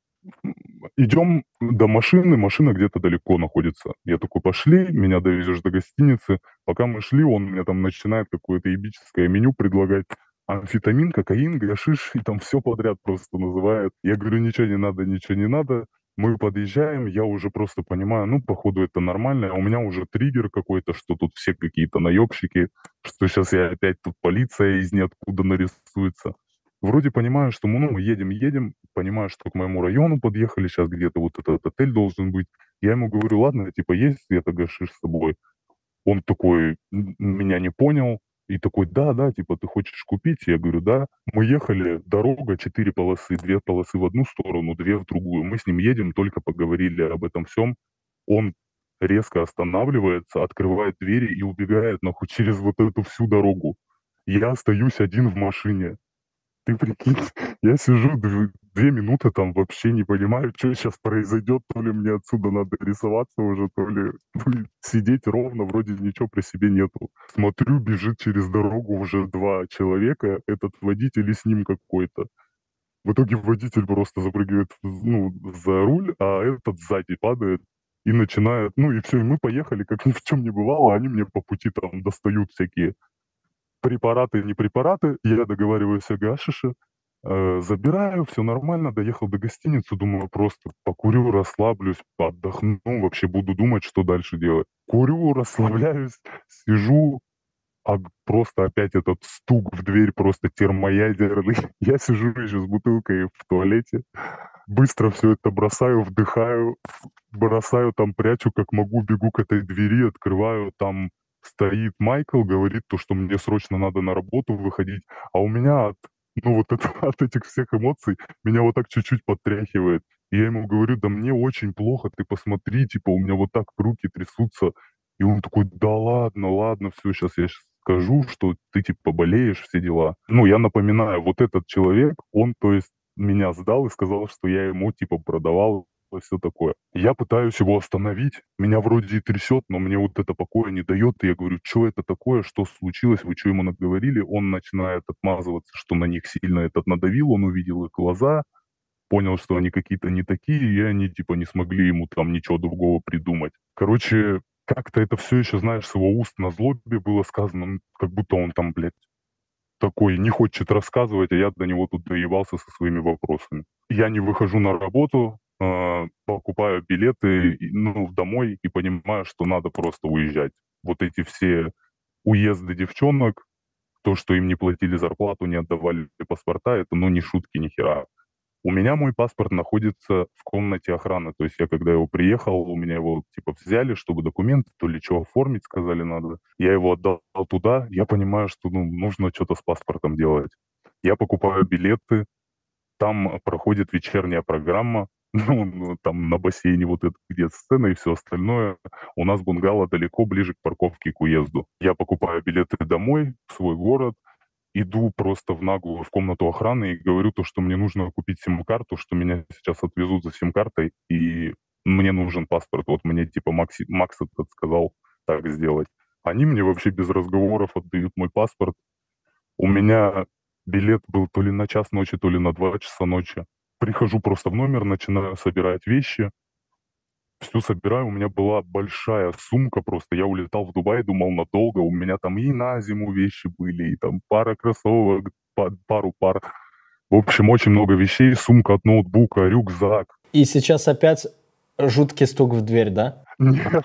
идем до машины, машина где-то далеко находится. Я такой, пошли, меня довезешь до гостиницы. Пока мы шли, он мне там начинает какое-то ебическое меню предлагать. Амфетамин, кокаин, гашиш, и там все подряд просто называют. Я говорю, ничего не надо, ничего не надо. Мы подъезжаем, я уже просто понимаю, ну, походу, это нормально. А у меня уже триггер какой-то, что тут все какие-то наебщики, что сейчас я опять тут полиция из ниоткуда нарисуется. Вроде понимаю, что ну, мы едем, едем, понимаю, что к моему району подъехали, сейчас где-то вот этот отель должен быть. Я ему говорю, ладно, типа, есть это гашиш с собой? Он такой м, меня не понял и такой, да, да, типа, ты хочешь купить? Я говорю, да. Мы ехали, дорога, четыре полосы, две полосы в одну сторону, две в другую. Мы с ним едем, только поговорили об этом всем. Он резко останавливается, открывает двери и убегает нахуй через вот эту всю дорогу. Я остаюсь один в машине. Ты прикинь, я сижу дв- две минуты там вообще не понимаю, что сейчас произойдет, то ли мне отсюда надо рисоваться уже, то ли ну, сидеть ровно, вроде ничего при себе нету. Смотрю, бежит через дорогу уже два человека, этот водитель и с ним какой-то. В итоге водитель просто запрыгивает в- ну, за руль, а этот сзади падает и начинает, ну и все, и мы поехали, как ни в чем не бывало, они мне по пути там достают всякие препараты, не препараты, я договариваюсь о гашише, э, забираю, все нормально, доехал до гостиницы, думаю, просто покурю, расслаблюсь, отдохну, вообще буду думать, что дальше делать. Курю, расслабляюсь, сижу, а г- просто опять этот стук в дверь просто термоядерный. Я сижу еще с бутылкой в туалете, быстро все это бросаю, вдыхаю, бросаю там, прячу как могу, бегу к этой двери, открываю, там стоит Майкл, говорит то, что мне срочно надо на работу выходить, а у меня от, ну вот это, от этих всех эмоций меня вот так чуть-чуть подтряхивает. И я ему говорю, да мне очень плохо, ты посмотри, типа у меня вот так руки трясутся. И он такой, да ладно, ладно, все, сейчас я щас скажу, что ты типа болеешь, все дела. Ну, я напоминаю, вот этот человек, он, то есть, меня сдал и сказал, что я ему типа продавал и все такое. Я пытаюсь его остановить, меня вроде и трясет, но мне вот это покоя не дает. И я говорю, что это такое, что случилось, вы что ему наговорили? Он начинает отмазываться, что на них сильно этот надавил, он увидел их глаза, понял, что они какие-то не такие, и они типа не смогли ему там ничего другого придумать. Короче, как-то это все еще, знаешь, с его уст на злобе было сказано, ну, как будто он там, блядь, такой не хочет рассказывать, а я до него тут доебался со своими вопросами. Я не выхожу на работу, э, покупаю билеты, и, ну, домой и понимаю, что надо просто уезжать. Вот эти все уезды девчонок, то, что им не платили зарплату, не отдавали паспорта, это, ну, не шутки, ни хера. У меня мой паспорт находится в комнате охраны. То есть я, когда его приехал, у меня его типа взяли, чтобы документы, то ли что оформить, сказали надо. Я его отдал туда, я понимаю, что ну, нужно что-то с паспортом делать. Я покупаю билеты, там проходит вечерняя программа, ну, ну, там на бассейне вот это, где сцена и все остальное. У нас бунгало далеко, ближе к парковке, к уезду. Я покупаю билеты домой, в свой город, иду просто в наглую в комнату охраны и говорю то, что мне нужно купить сим-карту, что меня сейчас отвезут за сим-картой, и мне нужен паспорт. Вот мне типа Макси, Макс этот сказал так сделать. Они мне вообще без разговоров отдают мой паспорт. У меня билет был то ли на час ночи, то ли на два часа ночи. Прихожу просто в номер, начинаю собирать вещи. Всё собираю, у меня была большая сумка просто. Я улетал в Дубай, думал надолго. У меня там и на зиму вещи были, и там пара кроссовок, па пару пар. В общем, очень много вещей. Сумка от ноутбука, рюкзак. И сейчас опять жуткий стук в дверь, да? Нет.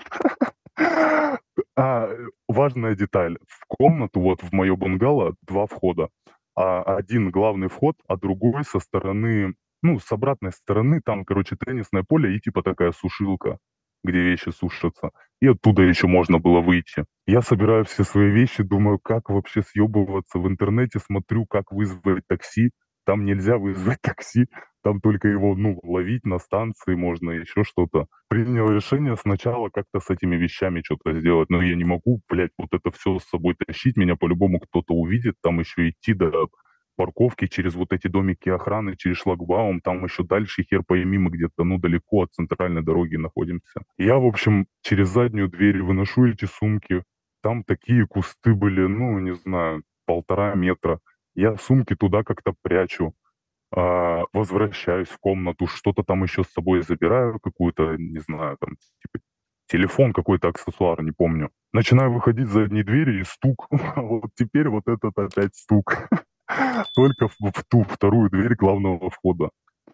А, важная деталь. В комнату, вот в моё бунгало, два входа. А, один главный вход, а другой со стороны, ну, с обратной стороны. Там, короче, теннисное поле и типа такая сушилка, где вещи сушатся. И оттуда ещё можно было выйти. Я собираю все свои вещи, думаю, как вообще съёбываться. В интернете смотрю, как вызвать такси. Там нельзя вызвать такси, там только его, ну, ловить на станции можно, ещё что-то. Принял решение сначала как-то с этими вещами чё-то сделать, но я не могу, блядь, вот это всё с собой тащить. Меня по-любому кто-то увидит. Там ещё идти до парковки через вот эти домики охраны, через шлагбаум. Там ещё дальше хер пойми, мы где-то, ну, далеко от центральной дороги находимся. Я, в общем, через заднюю дверь выношу эти сумки. Там такие кусты были, ну, не знаю, полтора метра. Я сумки туда как-то прячу. А, возвращаюсь в комнату, что-то там ещё с собой забираю, какую-то, не знаю, там, типа телефон, какой-то аксессуар, не помню. Начинаю выходить с задней двери, и стук. Вот теперь вот этот опять стук. Только в в ту вторую дверь главного входа.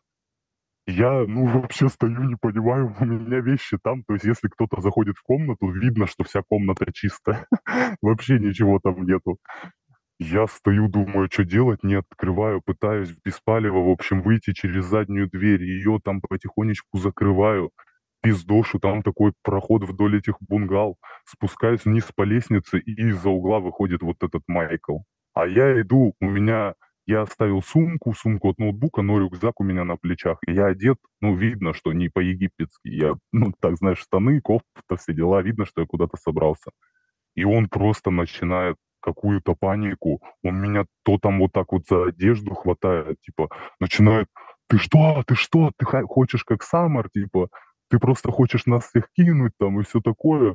Я, ну, вообще стою, не понимаю, у меня вещи там. То есть если кто-то заходит в комнату, видно, что вся комната чистая. Вообще ничего там нету. Я стою, думаю, чё делать, не открываю, пытаюсь без палева, в общем, выйти через заднюю дверь. Её там потихонечку закрываю, пиздошу. Там такой проход вдоль этих бунгал. Спускаюсь вниз по лестнице, и из-за угла выходит вот этот Майкл. А я иду, у меня я оставил сумку, сумку от ноутбука, но рюкзак у меня на плечах. И я одет, ну, видно, что не по-египетски. Я, ну, так, знаешь, штаны, кофта, все дела. Видно, что я куда-то собрался. И он просто начинает какую-то панику. Он меня то там вот так вот за одежду хватает, типа, начинает: "Ты что? Ты что? Ты ха хочешь как Саммер, типа? Ты просто хочешь нас всех кинуть там и всё такое".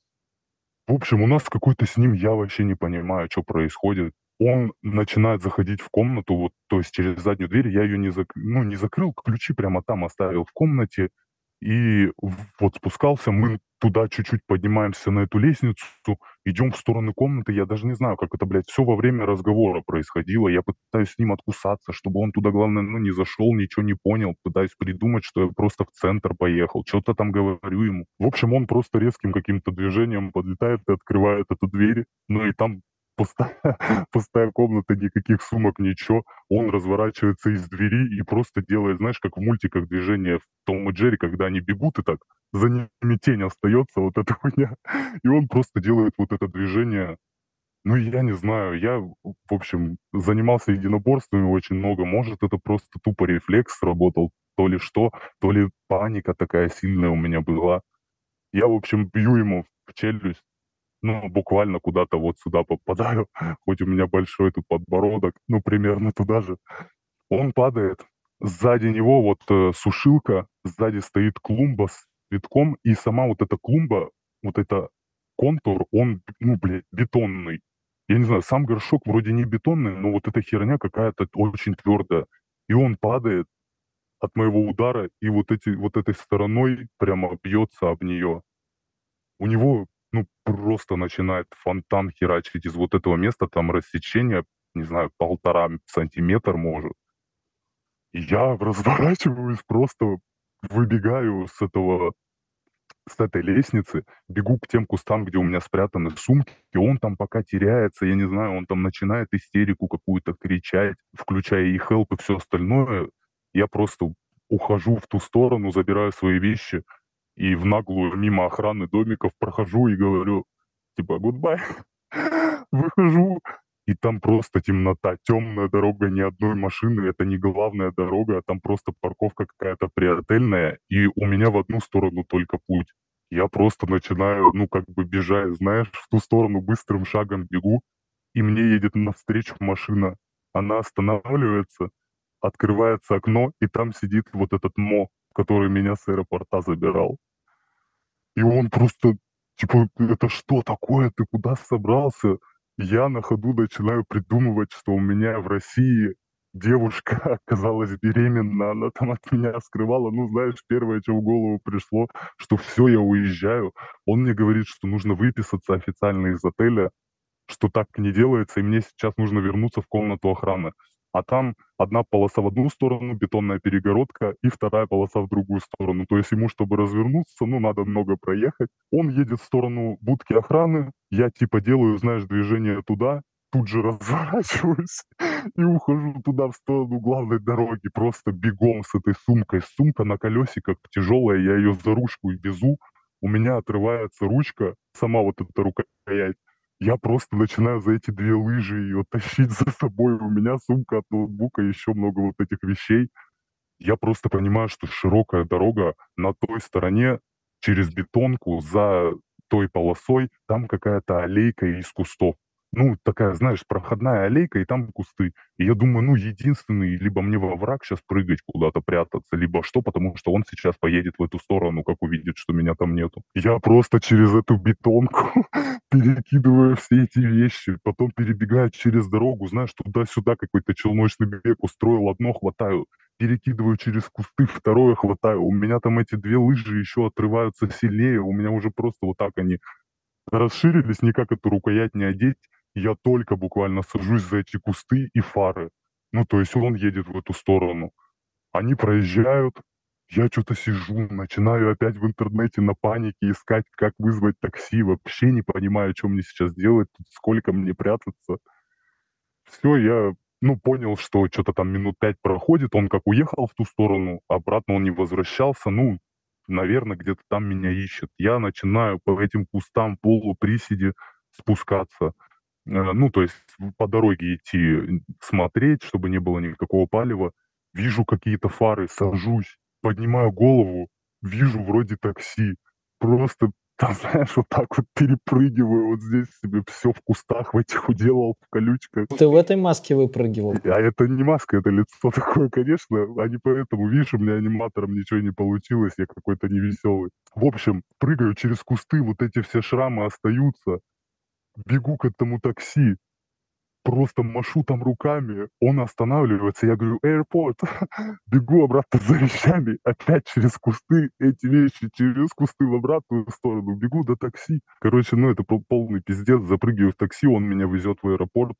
В общем, у нас какой-то с ним, я вообще не понимаю, чё происходит. Он начинает заходить в комнату, вот, то есть через заднюю дверь. Я её не зак ну, не закрыл, ключи прямо там оставил в комнате. И в вот спускался, мы туда чуть-чуть поднимаемся на эту лестницу, идём в сторону комнаты. Я даже не знаю, как это, блядь, всё во время разговора происходило. Я пытаюсь с ним откусаться, чтобы он туда, главное, ну, не зашёл, ничего не понял. Пытаюсь придумать, что я просто в центр поехал, чё-то там говорю ему. В общем, он просто резким каким-то движением подлетает и открывает эту дверь. Ну и там пустая пустая комната, никаких сумок, ничего. Он разворачивается из двери и просто делает, знаешь, как в мультиках движение в "Том и Джерри", когда они бегут, и так за ними тень остаётся, вот эта хуйня. И он просто делает вот это движение. Ну, я не знаю, я, в общем, занимался единоборствами очень много. Может, это просто тупо рефлекс сработал, то ли что, то ли паника такая сильная у меня была. Я, в общем, бью ему в челюсть, ну, буквально куда-то вот сюда попадаю, хоть у меня большой тут подбородок, ну, примерно туда же. Он падает. Сзади него вот, э, сушилка, сзади стоит клумба с цветком, и сама вот эта клумба, вот это контур, он, ну, блядь, бетонный. Я не знаю, сам горшок вроде не бетонный, но вот эта херня какая-то очень твёрдая. И он падает от моего удара, и вот эти вот этой стороной прямо бьётся об неё. У него, ну, просто начинает фонтан херачить из вот этого места. Там рассечение, не знаю, полтора сантиметра, может. И я разворачиваюсь, просто выбегаю с этого с этой лестницы, бегу к тем кустам, где у меня спрятаны сумки. И он там пока теряется, я не знаю, он там начинает истерику какую-то кричать, включая и help, и всё остальное. Я просто ухожу в ту сторону, забираю свои вещи и в наглую мимо охраны домиков прохожу и говорю, типа: "Goodbye". Выхожу, и там просто темнота, тёмная дорога, ни одной машины. Это не главная дорога, а там просто парковка какая-то приотельная, и у меня в одну сторону только путь. Я просто начинаю, ну, как бы бежать, знаешь, в ту сторону быстрым шагом бегу, и мне едет навстречу машина. Она останавливается, открывается окно, и там сидит вот этот Мо, который меня с аэропорта забирал. И он просто Типа, это что такое? Ты куда собрался? Я на ходу начинаю придумывать, что у меня в России девушка оказалась беременна, она там от меня скрывала. Ну, знаешь, первое, что в голову пришло, что все, я уезжаю. Он мне говорит, что нужно выписаться официально из отеля, что так не делается, и мне сейчас нужно вернуться в комнату охраны. А там одна полоса в одну сторону, бетонная перегородка, и вторая полоса в другую сторону. То есть ему, чтобы развернуться, ну, надо много проехать. Он едет в сторону будки охраны, я типа делаю, знаешь, движение туда, тут же разворачиваюсь и ухожу туда, в сторону главной дороги, просто бегом с этой сумкой. Сумка на колесиках тяжелая, я ее за ручку везу, у меня отрывается ручка, сама вот эта рукоять. Я просто начинаю за эти две лыжи ее тащить за собой. У меня сумка от ноутбука, еще много вот этих вещей. Я просто понимаю, что широкая дорога на той стороне, через бетонку, за той полосой, там какая-то аллейка из кустов. Ну, такая, знаешь, проходная аллейка, и там кусты. И я думаю, ну, единственный, либо мне во враг сейчас прыгать куда-то, прятаться, либо что, потому что он сейчас поедет в эту сторону, как увидит, что меня там нету. Я просто через эту бетонку перекидываю все эти вещи, потом перебегаю через дорогу, знаешь, туда-сюда какой-то челночный бег устроил, одно хватаю, перекидываю через кусты, второе хватаю. У меня там эти две лыжи еще отрываются сильнее, у меня уже просто вот так они расширились, никак эту рукоять не одеть. Я только буквально сажусь за эти кусты и фары. Ну, то есть он едет в эту сторону. Они проезжают, я что-то сижу, начинаю опять в интернете на панике искать, как вызвать такси. Вообще не понимаю, что мне сейчас делать, тут сколько мне прятаться. Все, я, ну, понял, что что-то там минут пять проходит, он как уехал в ту сторону, обратно он не возвращался, ну, наверное, где-то там меня ищет. Я начинаю по этим кустам полуприседе спускаться. Э, ну, то есть по дороге идти, смотреть, чтобы не было никакого палева. Вижу какие-то фары, сажусь, поднимаю голову, вижу вроде такси. Просто там, знаешь, вот так вот перепрыгиваю, вот здесь себе все в кустах в этих уделал, в колючках. Ты в этой маске выпрыгивал? А это не маска, это лицо такое, конечно. А не поэтому, видишь, у меня аниматором ничего не получилось, я какой-то невеселый. В общем, прыгаю через кусты, вот эти все шрамы остаются. Бегу к этому такси, просто машу там руками, он останавливается, я говорю, аэропорт, бегу обратно за вещами, опять через кусты, эти вещи через кусты в обратную сторону, бегу до такси. Короче, ну это пол- полный пиздец, запрыгиваю в такси, он меня везет в аэропорт,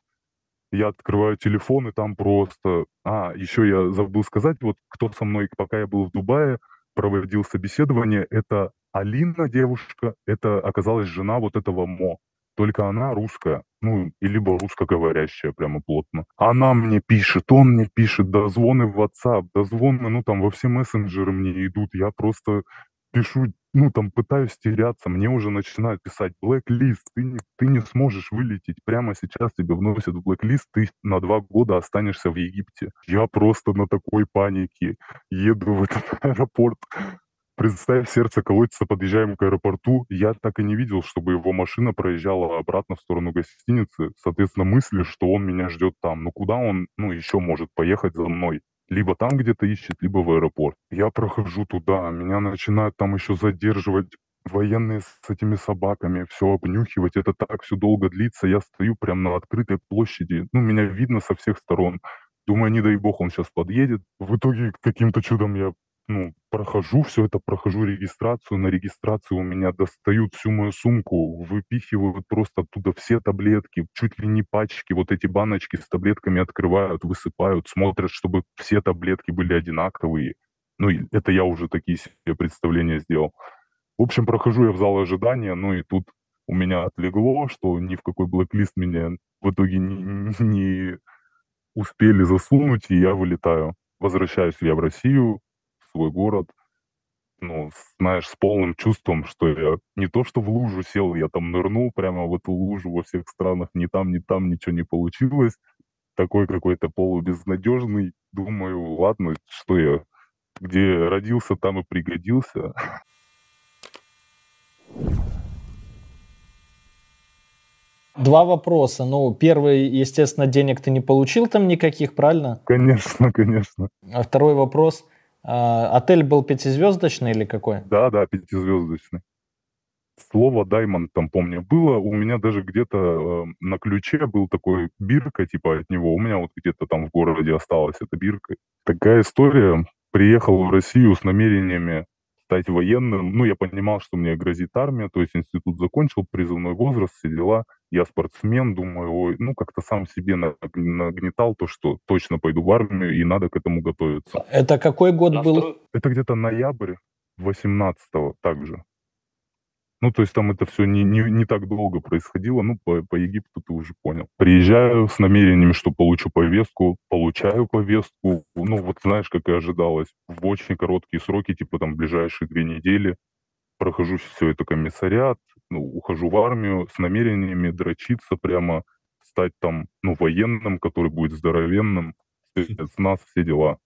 я открываю телефон, и там просто... А, еще я забыл сказать, вот кто со мной, пока я был в Дубае, проводил собеседование, это Алина, девушка, это оказалась жена вот этого Мо. Только она русская, ну, и либо русскоговорящая прямо плотно. Она мне пишет, он мне пишет, дозвоны в WhatsApp, дозвоны, ну, там, во все мессенджеры мне идут. Я просто пишу, ну, там, пытаюсь теряться, мне уже начинают писать blacklist, ты не, ты не сможешь вылететь, прямо сейчас тебя вносят в blacklist, ты на два года останешься в Египте. Я просто на такой панике еду в этот аэропорт. Представь, сердце колотится, подъезжаем к аэропорту. Я так и не видел, чтобы его машина проезжала обратно в сторону гостиницы. Соответственно, мысли, что он меня ждет там. Ну, куда он, ну, еще может поехать за мной? Либо там где-то ищет, либо в аэропорт. Я прохожу туда, меня начинают там еще задерживать военные с этими собаками, все обнюхивать. Это так все долго длится. Я стою прямо на открытой площади. Ну, меня видно со всех сторон. Думаю, не дай бог, он сейчас подъедет. В итоге каким-то чудом я, ну, прохожу все это, прохожу регистрацию. На регистрацию у меня достают всю мою сумку, выпихивают просто оттуда все таблетки, чуть ли не пачки, вот эти баночки с таблетками открывают, высыпают, смотрят, чтобы все таблетки были одинаковые. Ну, и это я уже такие себе представления сделал. В общем, прохожу я в зал ожидания, ну и тут у меня отлегло, что ни в какой блэк-лист меня в итоге не, не успели засунуть, и я вылетаю. Возвращаюсь я в Россию, в свой город, ну, с- знаешь, с полным чувством, что я не то что в лужу сел, я там нырнул прямо в эту лужу во всех странах, ни там, ни там ничего не получилось. Такой какой-то полубезнадежный. Думаю, ладно, что я, где родился, там и пригодился. Два вопроса. Ну, первый, естественно, денег ты не получил там никаких, правильно? Конечно, конечно. А второй вопрос. а, Отель был пятизвездочный или какой? Да, да, пятизвездочный. Слово «даймонд» там, помню, было. У меня даже где-то э, на ключе был такой бирка, типа, от него. У меня вот где-то там в городе осталась эта бирка. Такая история. Приехал в Россию с намерениями стать военным. Ну, я понимал, что мне грозит армия, то есть институт закончил, призывной возраст, все дела. Я спортсмен, думаю, ой, ну, как-то сам себе наг- нагнетал то, что точно пойду в армию, и надо к этому готовиться. Это какой год был? Настрой... Это где-то ноябрь восемнадцатого также. Ну, то есть там это все не, не, не так долго происходило. Ну, по, по Египту ты уже понял. Приезжаю с намерением, что получу повестку, получаю повестку. Ну, вот знаешь, как и ожидалось, в очень короткие сроки, типа там ближайшие две недели. Прохожу все это комиссариат, ну, ухожу в армию с намерениями дрочиться прямо, стать там, ну, военным, который будет здоровенным, спецназ, все дела.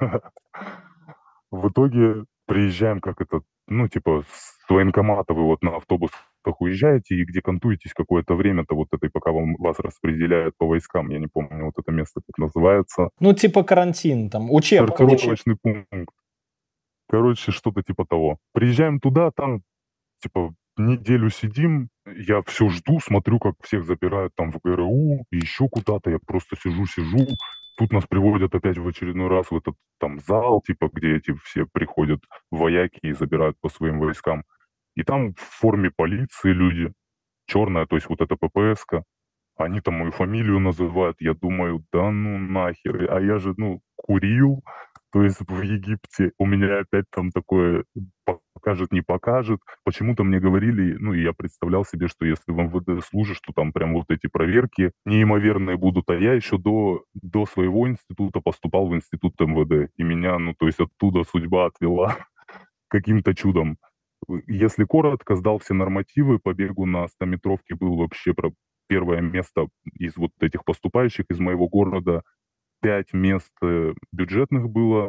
В итоге приезжаем, как это, ну, типа, с военкомата вы вот на автобусах уезжаете, и где кантуетесь какое-то время-то вот этой, пока вам, вас распределяют по войскам, я не помню, вот это место как называется. Ну, типа карантин, там, учебка. Сортировочный пункт. Короче, что-то типа того. Приезжаем туда, там, типа, неделю сидим, я все жду, смотрю, как всех запирают там в ГРУ, и еще куда-то, я просто сижу-сижу, тут нас приводят опять в очередной раз в этот там зал, типа, где эти все приходят вояки и забирают по своим войскам. И там в форме полиции люди, черная, то есть вот эта ППСка, они там мою фамилию называют, я думаю, да ну нахер, а я же, ну, курил, то есть в Египте, у меня опять там такое покажет, не покажет. Почему-то мне говорили, ну, и я представлял себе, что если в МВД служишь, то там прям вот эти проверки неимоверные будут. А я еще до, до своего института поступал в институт МВД, и меня, ну, то есть оттуда судьба отвела каким-то чудом. Если коротко, сдал все нормативы, по бегу на стометровке был вообще про первое место из вот этих поступающих из моего города. Пять мест э, бюджетных было.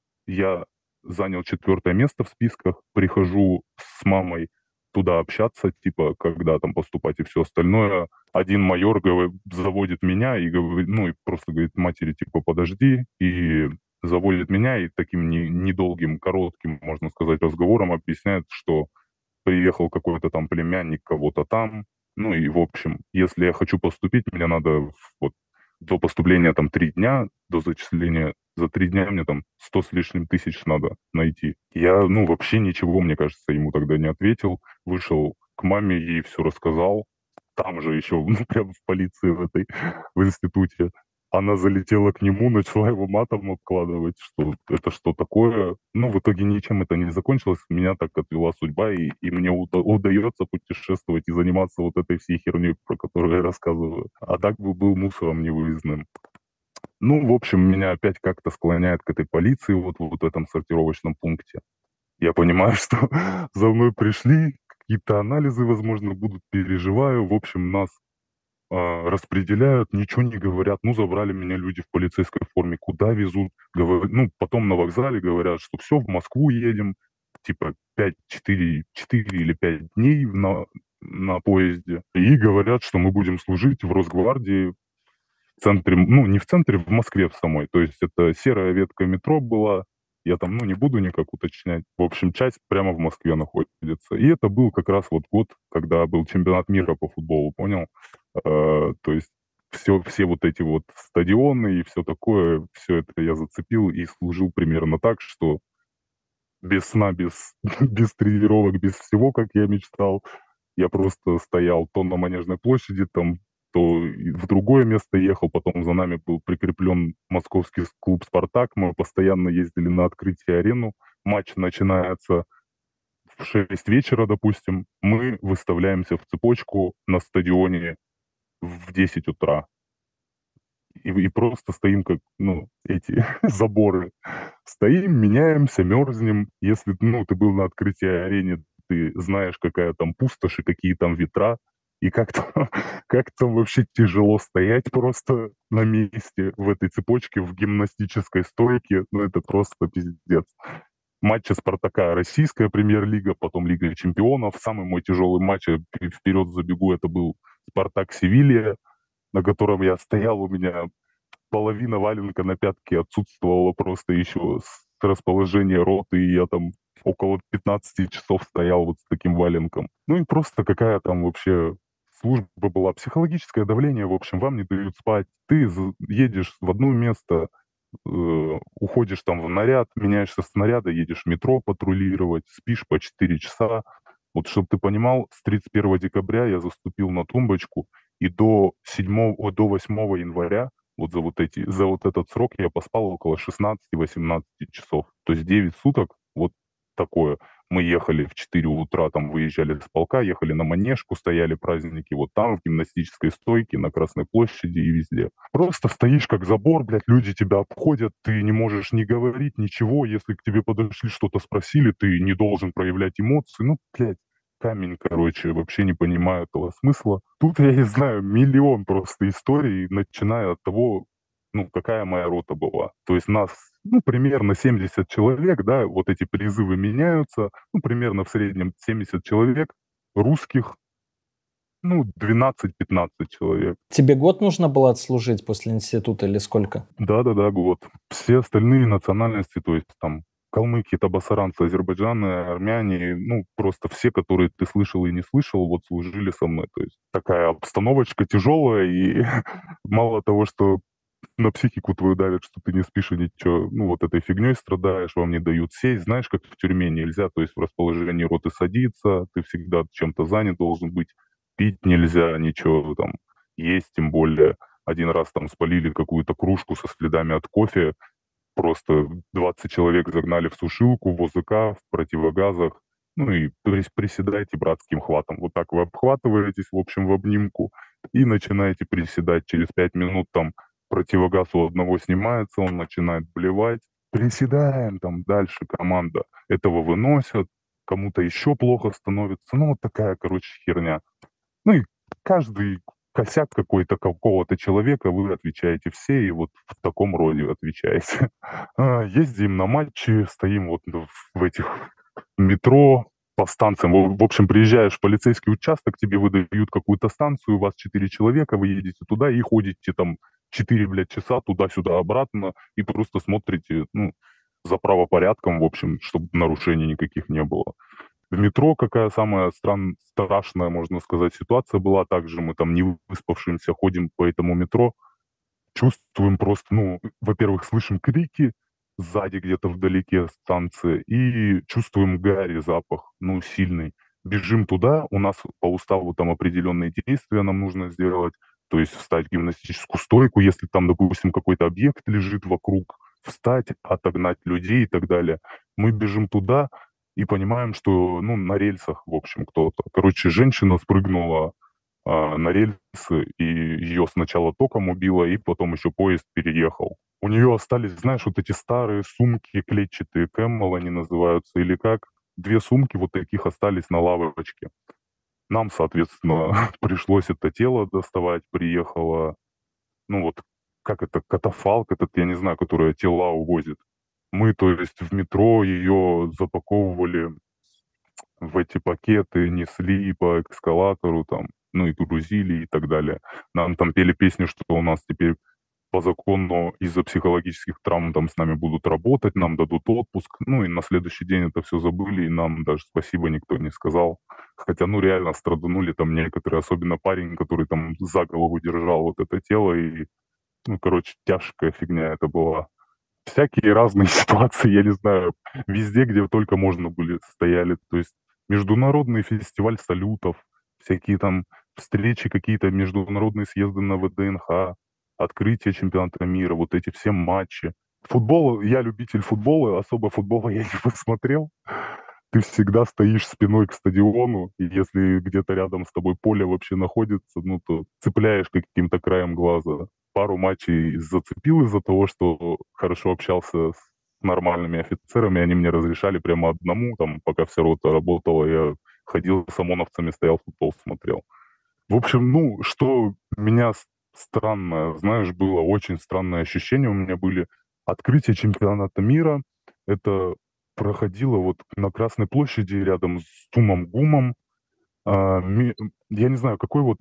Я занял четвертое место в списках. Прихожу с мамой туда общаться, типа, когда там поступать и все остальное. Один майор говорит, заводит меня и говорит, ну, и просто говорит матери, типа, подожди. И заводит меня и таким не, недолгим, коротким, можно сказать, разговором объясняет, что приехал какой-то там племянник кого-то там. Ну и, в общем, если я хочу поступить, мне надо вот до поступления там три дня, до зачисления за три дня мне там сто с лишним тысяч надо найти. Я, ну, вообще ничего, мне кажется, ему тогда не ответил. Вышел к маме, ей все рассказал. Там же еще, ну, прям в полиции в этой, в институте. Она залетела к нему, начала его матом обкладывать, что это что такое. Ну, в итоге ничем это не закончилось. Меня так отвела судьба, и, и мне уда- удается путешествовать и заниматься вот этой всей херней, про которую я рассказываю. А так бы был мусором невыездным. Ну, в общем, меня опять как-то склоняет к этой полиции вот, вот в этом сортировочном пункте. Я понимаю, что за мной пришли, какие-то анализы, возможно, будут, переживаю. В общем, нас а, распределяют, ничего не говорят. Ну, забрали меня люди в полицейской форме, куда везут? Говорят, ну, потом на вокзале говорят, что все, в Москву едем, типа пять, четыре, четыре или пять дней на, на поезде. И говорят, что мы будем служить в Росгвардии в центре, ну, не в центре, в Москве в самой. То есть это серая ветка метро была. Я там, ну, не буду никак уточнять. В общем, часть прямо в Москве находится. И это был как раз вот год, когда был чемпионат мира по футболу, понял? Э, то есть все, все вот эти вот стадионы и все такое, все это я зацепил и служил примерно так, что без сна, без, без тренировок, без всего, как я мечтал, я просто стоял то на Манежной площади, там, то и в другое место ехал, потом за нами был прикреплен московский клуб «Спартак», мы постоянно ездили на открытие арену, матч начинается в шесть вечера, допустим, мы выставляемся в цепочку на стадионе в десять утра. И, и просто стоим как, ну, эти заборы. Стоим, меняемся, мерзнем. Если, ну, ты был на открытии арены, ты знаешь, какая там пустошь и какие там ветра. И как там, как там вообще тяжело стоять просто на месте в этой цепочке, в гимнастической стойке. Ну, это просто пиздец. Матчи «Спартака» российская премьер-лига, потом Лига чемпионов. Самый мой тяжелый матч, я вперед забегу, это был «Спартак» Севилья, на котором я стоял, у меня половина валенка на пятке отсутствовала просто еще с расположения роты, и я там около пятнадцати часов стоял вот с таким валенком. Ну и просто какая там вообще служба была, психологическое давление, в общем, вам не дают спать. Ты з- едешь в одно место, э, уходишь там в наряд, меняешься с наряда, едешь в метро патрулировать, спишь по четыре часа. Вот чтобы ты понимал, с тридцать первого декабря я заступил на тумбочку, и до седьмого, о, до восьмого января вот за вот эти, за вот этот срок я поспал около шестнадцати-восемнадцати часов. То есть девять суток, вот такое. Мы ехали в четыре утра, там выезжали с полка, ехали на Манежку, стояли праздники вот там, в гимнастической стойке, на Красной площади и везде. Просто стоишь как забор, блядь, люди тебя обходят, ты не можешь ни говорить, ничего. Если к тебе подошли, что-то спросили, ты не должен проявлять эмоции. Ну, блядь, камень, короче, вообще не понимаю этого смысла. Тут, я не знаю, миллион просто историй, начиная от того, ну, какая моя рота была. То есть нас, ну, примерно семьдесят человек, да, вот эти призывы меняются, ну, примерно в среднем семьдесят человек, русских, ну, двенадцать-пятнадцать человек. Тебе год нужно было отслужить после института или сколько? Да-да-да, год. Все остальные национальности, то есть там калмыки, табасаранцы, азербайджаны, армяне, ну, просто все, которые ты слышал и не слышал, вот служили со мной. То есть такая обстановочка тяжелая, и мало того, что на психику твою давит, что ты не спишь и ничего, ну, вот этой фигней страдаешь, вам не дают сесть. Знаешь, как в тюрьме нельзя, то есть в расположении роты садиться, ты всегда чем-то занят должен быть, пить нельзя, ничего там, есть тем более. Один раз там спалили какую-то кружку со следами от кофе, просто двадцать человек загнали в сушилку, в ОЗК, в противогазах, ну и прис- приседайте братским хватом. Вот так вы обхватываетесь, в общем, в обнимку, и начинаете приседать. Через пять минут там противогаз у одного снимается, он начинает блевать. Приседаем, там дальше команда. Этого выносят, кому-то еще плохо становится. Ну, вот такая, короче, херня. Ну и каждый косяк какой-то какого-то человека вы отвечаете все, и вот в таком роде отвечаете. А, Ездим на матчи, стоим вот в в этих метро, по станциям. В в общем, приезжаешь в полицейский участок, тебе выдают какую-то станцию, у вас четыре человека, вы едете туда и ходите там четыре, блядь, часа туда-сюда, обратно, и просто смотрите, ну, за правопорядком, в общем, чтобы нарушений никаких не было. В метро какая самая стран... страшная, можно сказать, ситуация была. Также мы там не выспавшимся ходим по этому метро, чувствуем просто, ну, во-первых, слышим крики сзади где-то вдалеке станции и чувствуем гарь, запах, ну, сильный. Бежим туда, у нас по уставу там определенные действия нам нужно сделать, то есть встать в гимнастическую стойку, если там, допустим, какой-то объект лежит вокруг, встать, отогнать людей и так далее. Мы бежим туда и понимаем, что, ну, на рельсах, в общем, кто-то. Короче, женщина спрыгнула а, на рельсы, и ее сначала током убило, и потом еще поезд переехал. У нее остались, знаешь, вот эти старые сумки клетчатые, Camel они называются, или как. Две сумки вот таких остались на лавочке. Нам, соответственно, пришлось это тело доставать, приехала, ну вот, как это, катафалк этот, я не знаю, которая тела увозит. Мы, то есть, в метро ее запаковывали в эти пакеты, несли по эскалатору там, ну и грузили и так далее. Нам там пели песню, что у нас теперь по закону из-за психологических травм там с нами будут работать, нам дадут отпуск. Ну и на следующий день это все забыли, и нам даже спасибо никто не сказал. Хотя, ну реально страданули там некоторые, особенно парень, который там за голову держал вот это тело, и, ну, короче, тяжкая фигня это была. Всякие разные ситуации, я не знаю, везде, где только можно были, стояли. То есть международный фестиваль салютов, всякие там встречи, какие-то международные съезды на ВДНХ, открытие чемпионата мира, вот эти все матчи. Футбол, я любитель футбола, особо футбола я не посмотрел. Ты всегда стоишь спиной к стадиону, и если где-то рядом с тобой поле вообще находится, ну, то цепляешь каким-то краем глаза. Пару матчей зацепил из-за того, что хорошо общался с нормальными офицерами, они мне разрешали прямо одному, там, пока вся рота работала, я ходил с ОМОНовцами, стоял, футбол смотрел. В общем, ну, что меня с- странно, знаешь, было очень странное ощущение у меня были. Открытие чемпионата мира, это проходило вот на Красной площади рядом с Тумом Гумом. А, ми- я не знаю, какой вот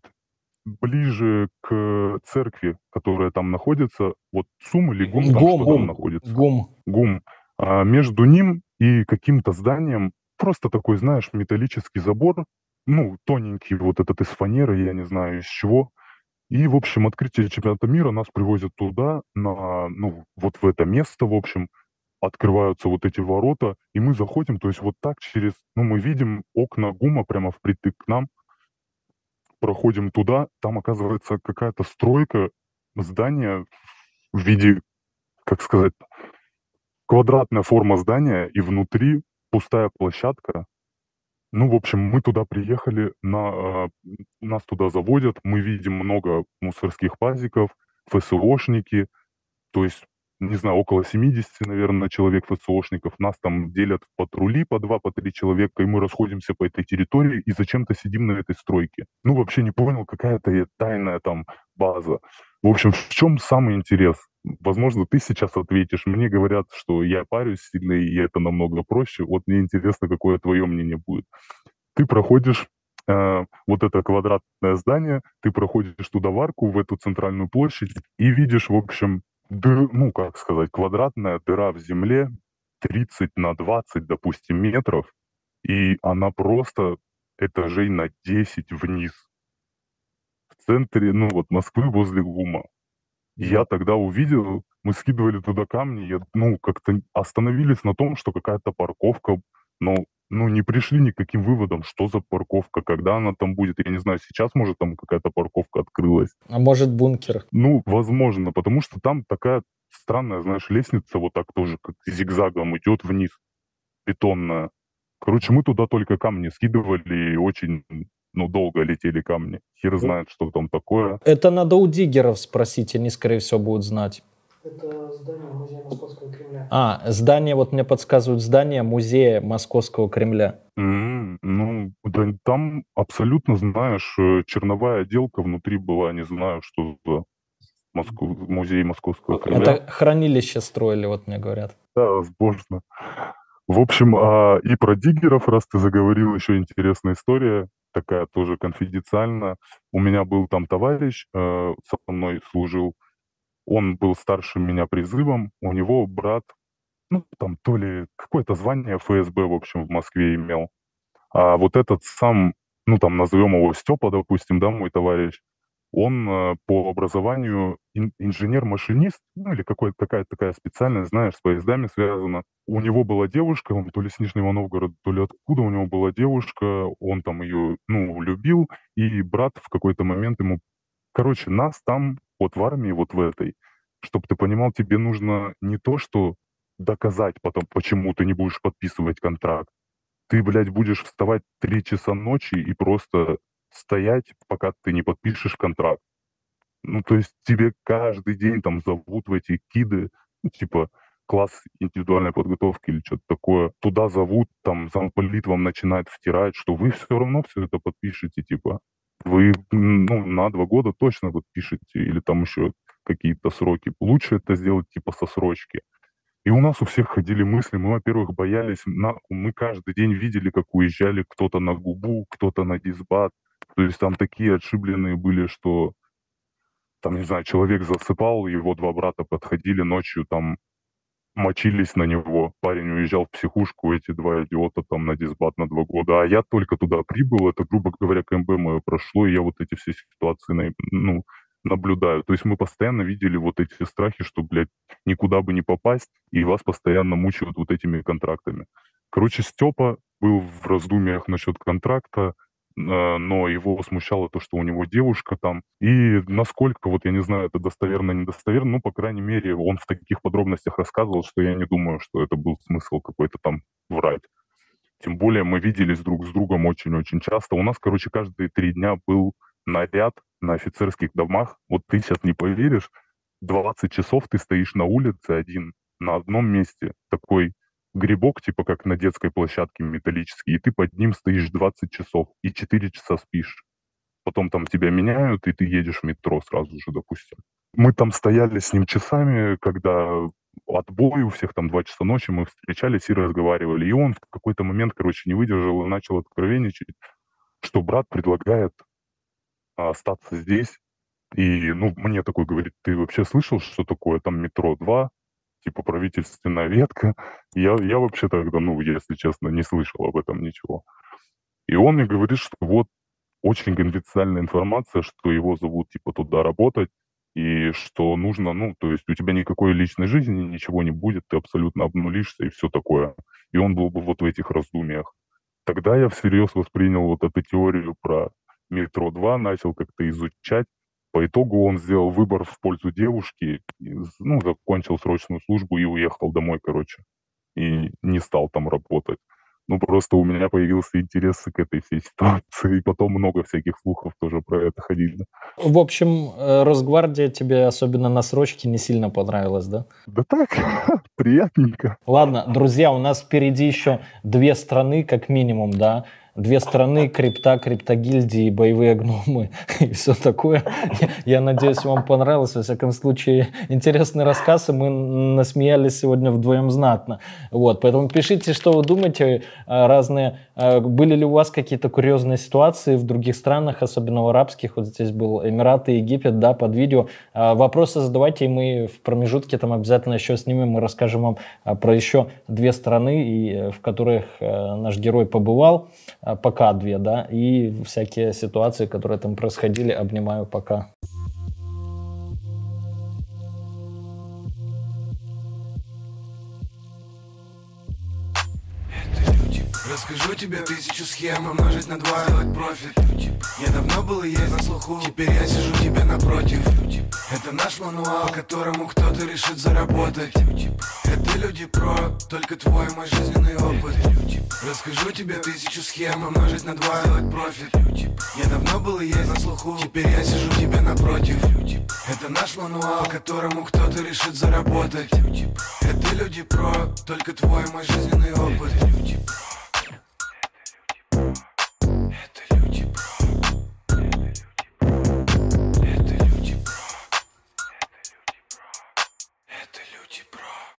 ближе к церкви, которая там находится, вот Сум или Гум, там что там Гум. находится? Гум. ГУМ. А между ним и каким-то зданием, просто такой, знаешь, металлический забор, ну, тоненький вот этот из фанеры, я не знаю из чего. И, в общем, открытие чемпионата мира нас привозят туда, на, ну, вот в это место, в общем, открываются вот эти ворота, и мы заходим, то есть вот так через, ну, мы видим окна ГУМа прямо впритык к нам, проходим туда, там оказывается какая-то стройка, здание в виде, как сказать, квадратная форма здания, и внутри пустая площадка. Ну, в общем, мы туда приехали, на, а, нас туда заводят, мы видим много мусорских пазиков, ФСОшники, то есть, не знаю, около семидесяти, наверное, человек ФСОшников. Нас там делят в патрули по два, по три человека, и мы расходимся по этой территории и зачем-то сидим на этой стройке. Ну, вообще не понял, какая-то е- тайная там база. В общем, в чем самый интерес? Возможно, ты сейчас ответишь. Мне говорят, что я парюсь сильно, и это намного проще. Вот мне интересно, какое твое мнение будет. Ты проходишь э, вот это квадратное здание, ты проходишь туда в арку, в эту центральную площадь, и видишь, в общем, дыр, ну, как сказать, квадратная дыра в земле, тридцать на двадцать, допустим, метров, и она просто этажей на десять вниз, в центре, ну, вот Москвы, возле ГУМа. И я Ну, тогда увидел, мы скидывали туда камни, я, ну, как-то остановились на том, что какая-то парковка, но, ну, не пришли ни к каким выводам, что за парковка, когда она там будет. Я не знаю, сейчас, может, там какая-то парковка открылась. а может бункер? Ну, возможно, потому что там такая странная, знаешь, лестница вот так тоже, как зигзагом идет вниз, бетонная. Короче, мы туда только камни скидывали, и очень, ну, долго летели камни. Хер Ну, знает, что там такое. это надо у диггеров спросить, они, скорее всего, будут знать. Это здание Музея Московского Кремля. А, здание, вот мне подсказывают, здание музея Московского Кремля. М, ну, да, там абсолютно, знаешь, э, черновая отделка внутри была, не знаю, что за Москва, музей Московского Кремля. Это хранилище строили, вот мне говорят. Да, возможно. В общем, а, и про диггеров, раз ты заговорил, еще интересная история, такая тоже конфиденциальная. У меня был там товарищ, э, со мной служил, он был старше меня призывом, у него брат, ну, там то ли какое-то звание ФСБ, в общем, в Москве имел. А вот этот сам, ну там назовем его Степа, допустим, да, мой товарищ, он э, по образованию ин- инженер-машинист, ну или какой-то какая-то такая специальность, знаешь, с поездами связана. У него была девушка, он то ли с Нижнего Новгорода, то ли откуда у него была девушка, он там ее, ну, любил, и брат в какой-то момент ему... Короче, нас там, вот в армии, вот в этой, чтобы ты понимал, тебе нужно не то, что доказать потом, почему ты не будешь подписывать контракт, ты, блядь, будешь вставать три часа ночи и просто стоять, пока ты не подпишешь контракт. Ну, то есть тебе каждый день там зовут в эти киды, ну, типа класс индивидуальной подготовки или что-то такое. Туда зовут, там замполит вам начинает втирать, что вы все равно все это подпишете, типа. Вы, м, ну, на два года точно подпишете, или там еще какие-то сроки. Лучше это сделать типа со срочки. И у нас у всех ходили мысли, мы, во-первых, боялись, на, мы каждый день видели, как уезжали кто-то на губу, кто-то на дисбат. То есть там такие отшибленные были, что там, не знаю, человек засыпал, его два брата подходили ночью, там мочились на него. Парень уезжал в психушку, эти два идиота там на дисбат на два года. А я только туда прибыл, это, грубо говоря, КМБ мое прошло, и я вот эти все ситуации, на- ну, наблюдаю. То есть мы постоянно видели вот эти страхи, что, блядь, никуда бы не попасть, и вас постоянно мучают вот этими контрактами. Короче, Степа был в раздумьях насчет контракта, э, но его смущало то, что у него девушка там. И насколько, вот я не знаю, это достоверно, недостоверно, ну, по крайней мере, он в таких подробностях рассказывал, что я не думаю, что это был смысл какой-то там врать. Тем более мы виделись друг с другом очень-очень часто. У нас, короче, каждые три дня был наряд на офицерских домах. Вот ты сейчас не поверишь, двадцать часов ты стоишь на улице один, на одном месте. Такой грибок, типа как на детской площадке металлический, и ты под ним стоишь двадцать часов, и четыре часа спишь. Потом там тебя меняют, и ты едешь в метро сразу же, допустим. Мы там стояли с ним часами, когда отбой у всех там два часа ночи, мы встречались и разговаривали. И он в какой-то момент, короче, не выдержал и начал откровенничать, что брат предлагает а, остаться здесь. И, ну, мне такой говорит, ты вообще слышал, что такое там метро два? типа правительственная ветка. Я, я вообще тогда, ну, если честно, не слышал об этом ничего. И он мне говорит, что вот очень конфиденциальная информация, что его зовут типа туда работать, и что нужно, ну, то есть у тебя никакой личной жизни, ничего не будет, ты абсолютно обнулишься и все такое. И он был бы вот в этих раздумьях. Тогда я всерьез воспринял вот эту теорию про метро два, начал как-то изучать. По итогу он сделал выбор в пользу девушки, и, ну, закончил срочную службу и уехал домой, короче. И не стал там работать. Ну, просто у меня появился интерес к этой всей ситуации, и потом много всяких слухов тоже про это ходили. В общем, э, Росгвардия тебе, особенно на срочке, не сильно понравилась, да? Да так, приятненько. Ладно, друзья, у нас впереди еще две страны, как минимум, да? Две страны, крипта, криптогильдии, боевые гномы и все такое. Я, я надеюсь, вам понравилось. Во всяком случае, интересный рассказ, и мы насмеялись сегодня вдвоем знатно. Вот, поэтому пишите, что вы думаете, разные. Были ли у вас какие-то курьезные ситуации в других странах, особенно в арабских? Вот здесь был Эмираты, Египет, да, под видео. Вопросы задавайте, и мы в промежутке там обязательно еще снимем и расскажем вам про еще две страны, в которых наш герой побывал. Пока две, да, и всякие ситуации, которые там происходили, обнимаю пока. Расскажу тебе тысячу схем, умножить на два, сделать профит. Я давно был и есть на слуху, теперь я сижу тебе напротив. Это наш мануал, которому кто-то решит заработать. Это люди про, только твой мой жизненный опыт. Расскажу тебе тысячу схем, умножить на два, сделать профит. Я давно был и есть на слуху, теперь я сижу тебе напротив. Это наш мануал, которому кто-то решит заработать. Это люди про, только твой мой жизненный опыт.